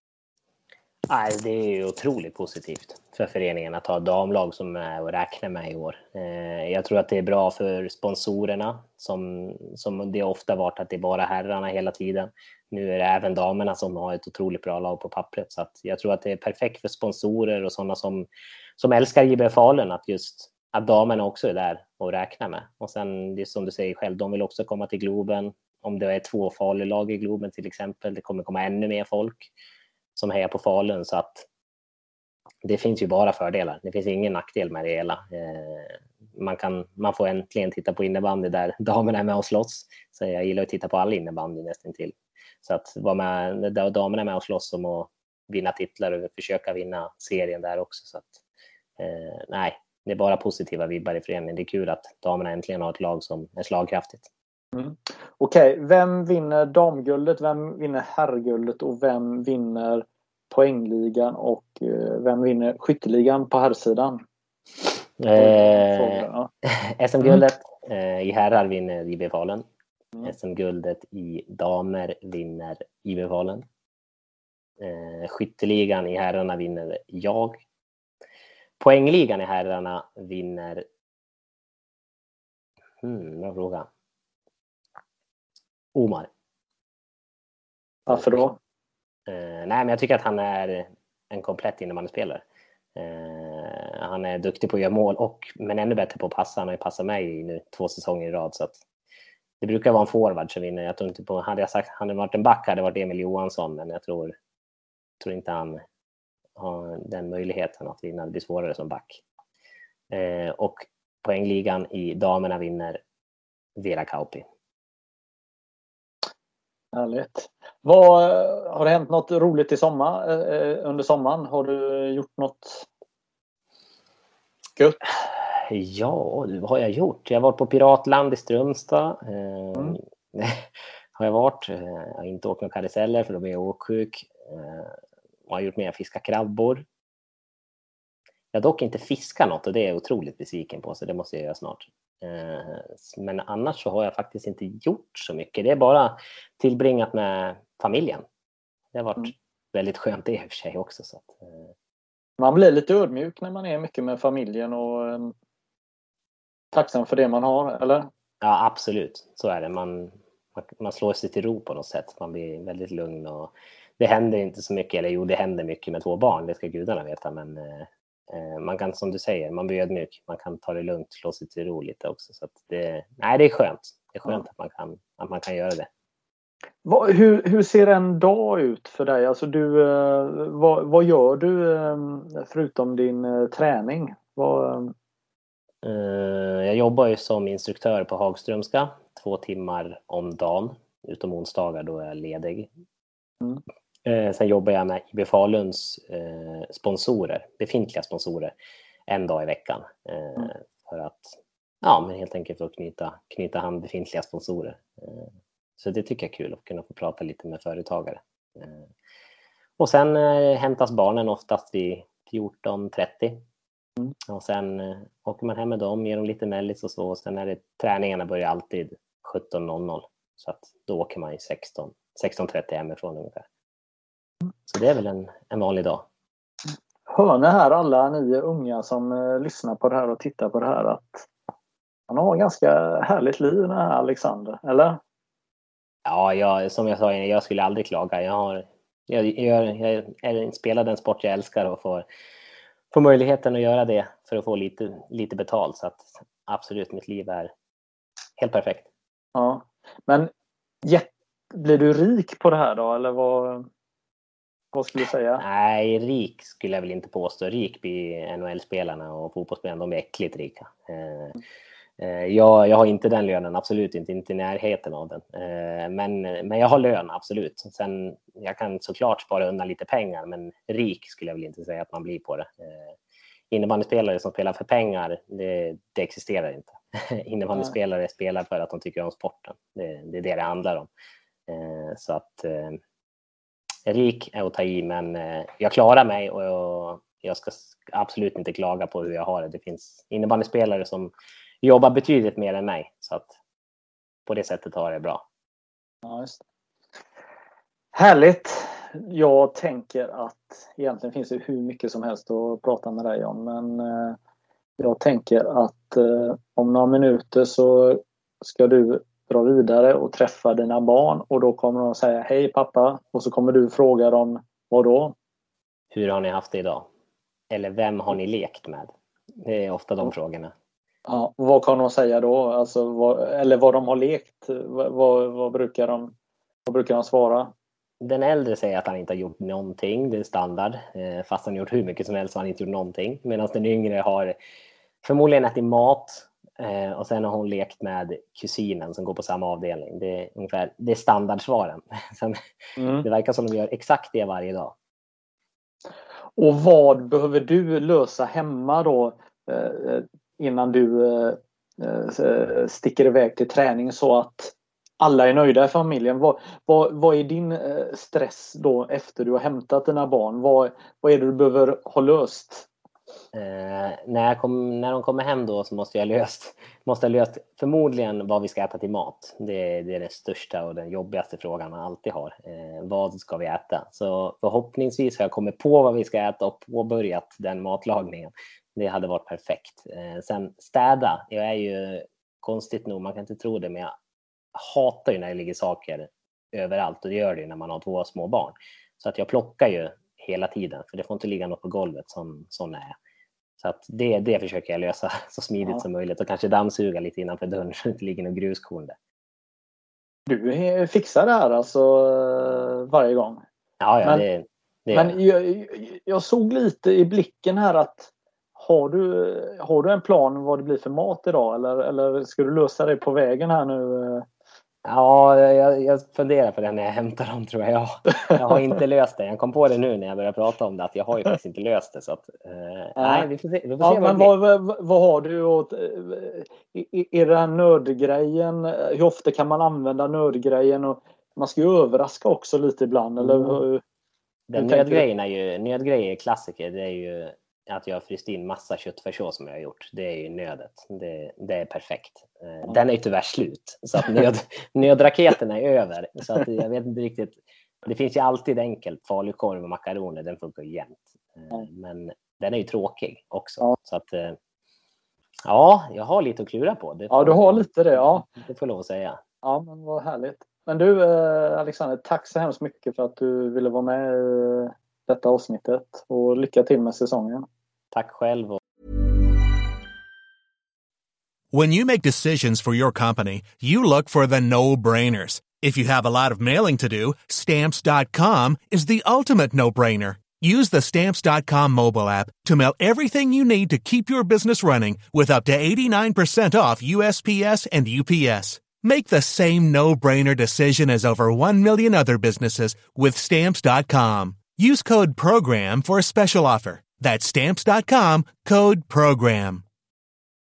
Nej, det är ju otroligt positivt för föreningen att ha ett damlag som är att räkna med i år. Jag tror att det är bra för sponsorerna, som, som det ofta varit att det är bara herrarna hela tiden. Nu är det även damerna som har ett otroligt bra lag på pappret. Så att jag tror att det är perfekt för sponsorer och sådana som, som älskar I B Falun, att just att damerna också är där och räkna med. Och sen, det är som du säger själv, de vill också komma till Globen. Om det är två Falulag i Globen till exempel, det kommer komma ännu mer folk som hejar på Falun. Så att det finns ju bara fördelar. Det finns ingen nackdel med det hela. Eh, man, kan, man får äntligen titta på innebandy där damerna är med och slåss. Så jag gillar att titta på all innebandy nästan till. Så att vara med, där damerna är med och slåss om att vinna titlar och försöka vinna serien där också. Så att, eh, nej, det är bara positiva vibbar i föreningen. Det är kul att damerna äntligen har ett lag som är slagkraftigt. Mm. Okej, okay. Vem vinner damguldet, vem vinner herrguldet och vem vinner poängligan och vem vinner skytteligan på herrsidan? Eh, ja. S M-guldet eh, i herrar vinner I B Falun. Mm. S M-guldet i damer vinner I B Falun. Eh, skytteligan i herrarna vinner jag. Poängligan i herrarna vinner... Hmm, bra fråga. Omar. Varför då? Eh, nej, men jag tycker att han är en komplett innebandyspelare. Eh, han är duktig på att göra mål, och, men ännu bättre på att passa. Han har ju passat mig i nu två säsonger i rad. Så att det brukar vara en forward som vinner. Jag tror inte på, hade jag sagt hade varit en back hade det varit Emil Johansson, men jag tror, tror inte han har den möjligheten att vinna. Det blir svårare som back. Eh, och poängligan i damerna vinner Vera Kauppi. Härligt. Vad, har det hänt något roligt i sommar, eh, under sommaren? Har du gjort något gött? Ja, vad har jag gjort? Jag har varit på Piratland i Strömstad. Eh, mm. har jag varit. Jag har inte åkt med karuseller för de är åksjuk. Eh, vad har jag gjort mer? Fiska krabbor. Jag har dock inte fiskat något och det är jag otroligt besviken på, så det måste jag göra snart. Men annars så har jag faktiskt inte gjort så mycket. Det är bara tillbringat med familjen. Det har varit mm. väldigt skönt det i och för sig också. Så att, eh. Man blir lite ödmjuk när man är mycket med familjen och eh, tacksam för det man har, eller? Ja, absolut. Så är det. Man, man, man slår sig till ro på något sätt. Man blir väldigt lugn och det händer inte så mycket. Eller jo, det händer mycket med två barn. Det ska gudarna veta. Men eh, man kan, som du säger, man blir ödmjuk. Man kan ta det lugnt, slå sig till ro lite också. Så att det, nej, det är skönt. Det är skönt ja. att, man kan, att man kan göra det. Vad, hur, hur ser en dag ut för dig? Alltså du, eh, vad, vad gör du eh, förutom din eh, träning? Vad, eh, jag jobbar ju som instruktör på Hagströmska två timmar om dagen. Utom onsdagar då är jag ledig. Mm. Eh, sen jobbar jag med I B Faluns eh, sponsorer, befintliga sponsorer, en dag i veckan. Eh, mm. För att, ja, men helt enkelt för att knyta, knyta hand befintliga sponsorer. Eh, Så det tycker jag är kul att kunna få prata lite med företagare. Och sen eh, hämtas barnen oftast vid fjorton trettio. Mm. Och sen eh, åker man hem med dem, ger dem lite mellis och så. Och sen är det, träningarna börjar alltid sjutton noll noll. Så att då åker man ju sexton trettio hemifrån ungefär. Så det är väl en, en vanlig dag. Hör ni här alla ni unga som eh, lyssnar på det här och tittar på det här att han har en ganska härligt liv den här Alexander, eller? Ja, jag, som jag sa, jag skulle aldrig klaga. Jag, har, jag, jag, jag, jag spelar den sport jag älskar och får, får möjligheten att göra det för att få lite, lite betalt. Så att absolut, mitt liv är helt perfekt. Ja, men jätt, blir du rik på det här då? Eller vad, vad skulle du säga? Nej, rik skulle jag väl inte påstå. Rik blir N H L-spelarna och fotbollsspelarna, de är äckligt rika. Eh, Jag, jag har inte den lönen, absolut inte, inte i närheten av den. Men, men jag har lön, absolut. Sen, jag kan såklart spara undan lite pengar, men rik skulle jag väl inte säga att man blir på det. Innebandyspelare som spelar för pengar, det, det existerar inte. Innebandyspelare spelar för att de tycker om sporten. Det, det är det det handlar om. Så att rik är att ta i, men jag klarar mig och jag, jag ska absolut inte klaga på hur jag har det. Det finns innebandyspelare som jobbar betydligt mer än mig, så att på det sättet har det bra. Ja, just det. Härligt. Jag tänker att egentligen finns det hur mycket som helst att prata med dig om, men eh, jag tänker att eh, om några minuter så ska du dra vidare och träffa dina barn och då kommer de säga hej pappa och så kommer du fråga dem vad då? Hur har ni haft det idag? Eller vem har ni lekt med? Det är ofta de mm. frågorna. Ja, vad kan de säga då? Alltså, vad, eller vad de har lekt? Vad, vad, vad, brukar de, vad brukar de svara? Den äldre säger att han inte har gjort någonting. Det är standard. Eh, fast han har gjort hur mycket som helst så har han inte gjort någonting. Medan den yngre har förmodligen ätit mat. Eh, och sen har hon lekt med kusinen som går på samma avdelning. Det är, ungefär, det är standardsvaren. Sen, mm. Det verkar som de gör exakt det varje dag. Och vad behöver du lösa hemma då? Eh, innan du eh, sticker iväg till träning så att alla är nöjda i familjen. Vad, vad, vad är din eh, stress då efter du har hämtat dina barn? Vad, vad är det du behöver ha löst? Eh, när, jag kom, när de kommer hem då så måste jag löst, måste jag löst förmodligen vad vi ska äta till mat. Det, det är den största och den jobbigaste frågan man alltid har. Eh, vad ska vi äta? Så förhoppningsvis har jag kommit på vad vi ska äta och påbörjat den matlagningen. Det hade varit perfekt. Eh, sen städa. Jag är ju konstigt nog, man kan inte tro det, men jag hatar ju när det ligger saker överallt. Och det gör det ju när man har två små barn. Så att jag plockar ju hela tiden. För det får inte ligga något på golvet som sån är. Så att det, det försöker jag lösa så smidigt ja. som möjligt. Och kanske dammsuga lite innanför dörren så det inte ligger något gruskorn där. Du fixar det här alltså varje gång? Ja, ja men, det, det Men jag, jag såg lite i blicken här att Har du, har du en plan vad det blir för mat idag? Eller, eller ska du lösa det på vägen här nu? Ja, jag, jag funderar på det när jag hämtar dem tror jag. Jag, jag har inte löst det. Jag kom på det nu när jag började prata om det. Att jag har ju faktiskt inte löst det. Så att, eh, nej, vi får se, vi får ja, se vad, men vad, vad, vad har du åt? Är det den nördgrejen? Hur ofta kan man använda nördgrejen? Och man ska ju överraska också lite ibland. Mm. Eller? Den nödgrejen är ju, nödgrejer klassiker, det är ju att jag har fryst in massa köttfärssås som jag har gjort. Det är ju nödet. Det, det är perfekt. Den är ju tyvärr slut. Så att nöd, nödraketen är över. Så att jag vet inte riktigt. Det finns ju alltid enkelt. Falukorv och makaroner, den funkar ju jämt. Men den är ju tråkig också. Ja. Så att ja, jag har lite att klura på. Det ja, du har lite det, ja. Det får jag lov att säga. Ja, men vad härligt. Men du, Alexander, tack så hemskt mycket för att du ville vara med i detta avsnittet. Och lycka till med säsongen. Tack själv. When you make decisions for your company, you look for the no-brainers. If you have a lot of mailing to do, stamps dot com is the ultimate no-brainer. Use the stamps dot com mobile app to mail everything you need to keep your business running with up to eighty-nine percent off U S P S and U P S. Make the same no-brainer decision as over one million other businesses with stamps dot com. Use code PROGRAM for a special offer. That's stamps dot com, code PROGRAM.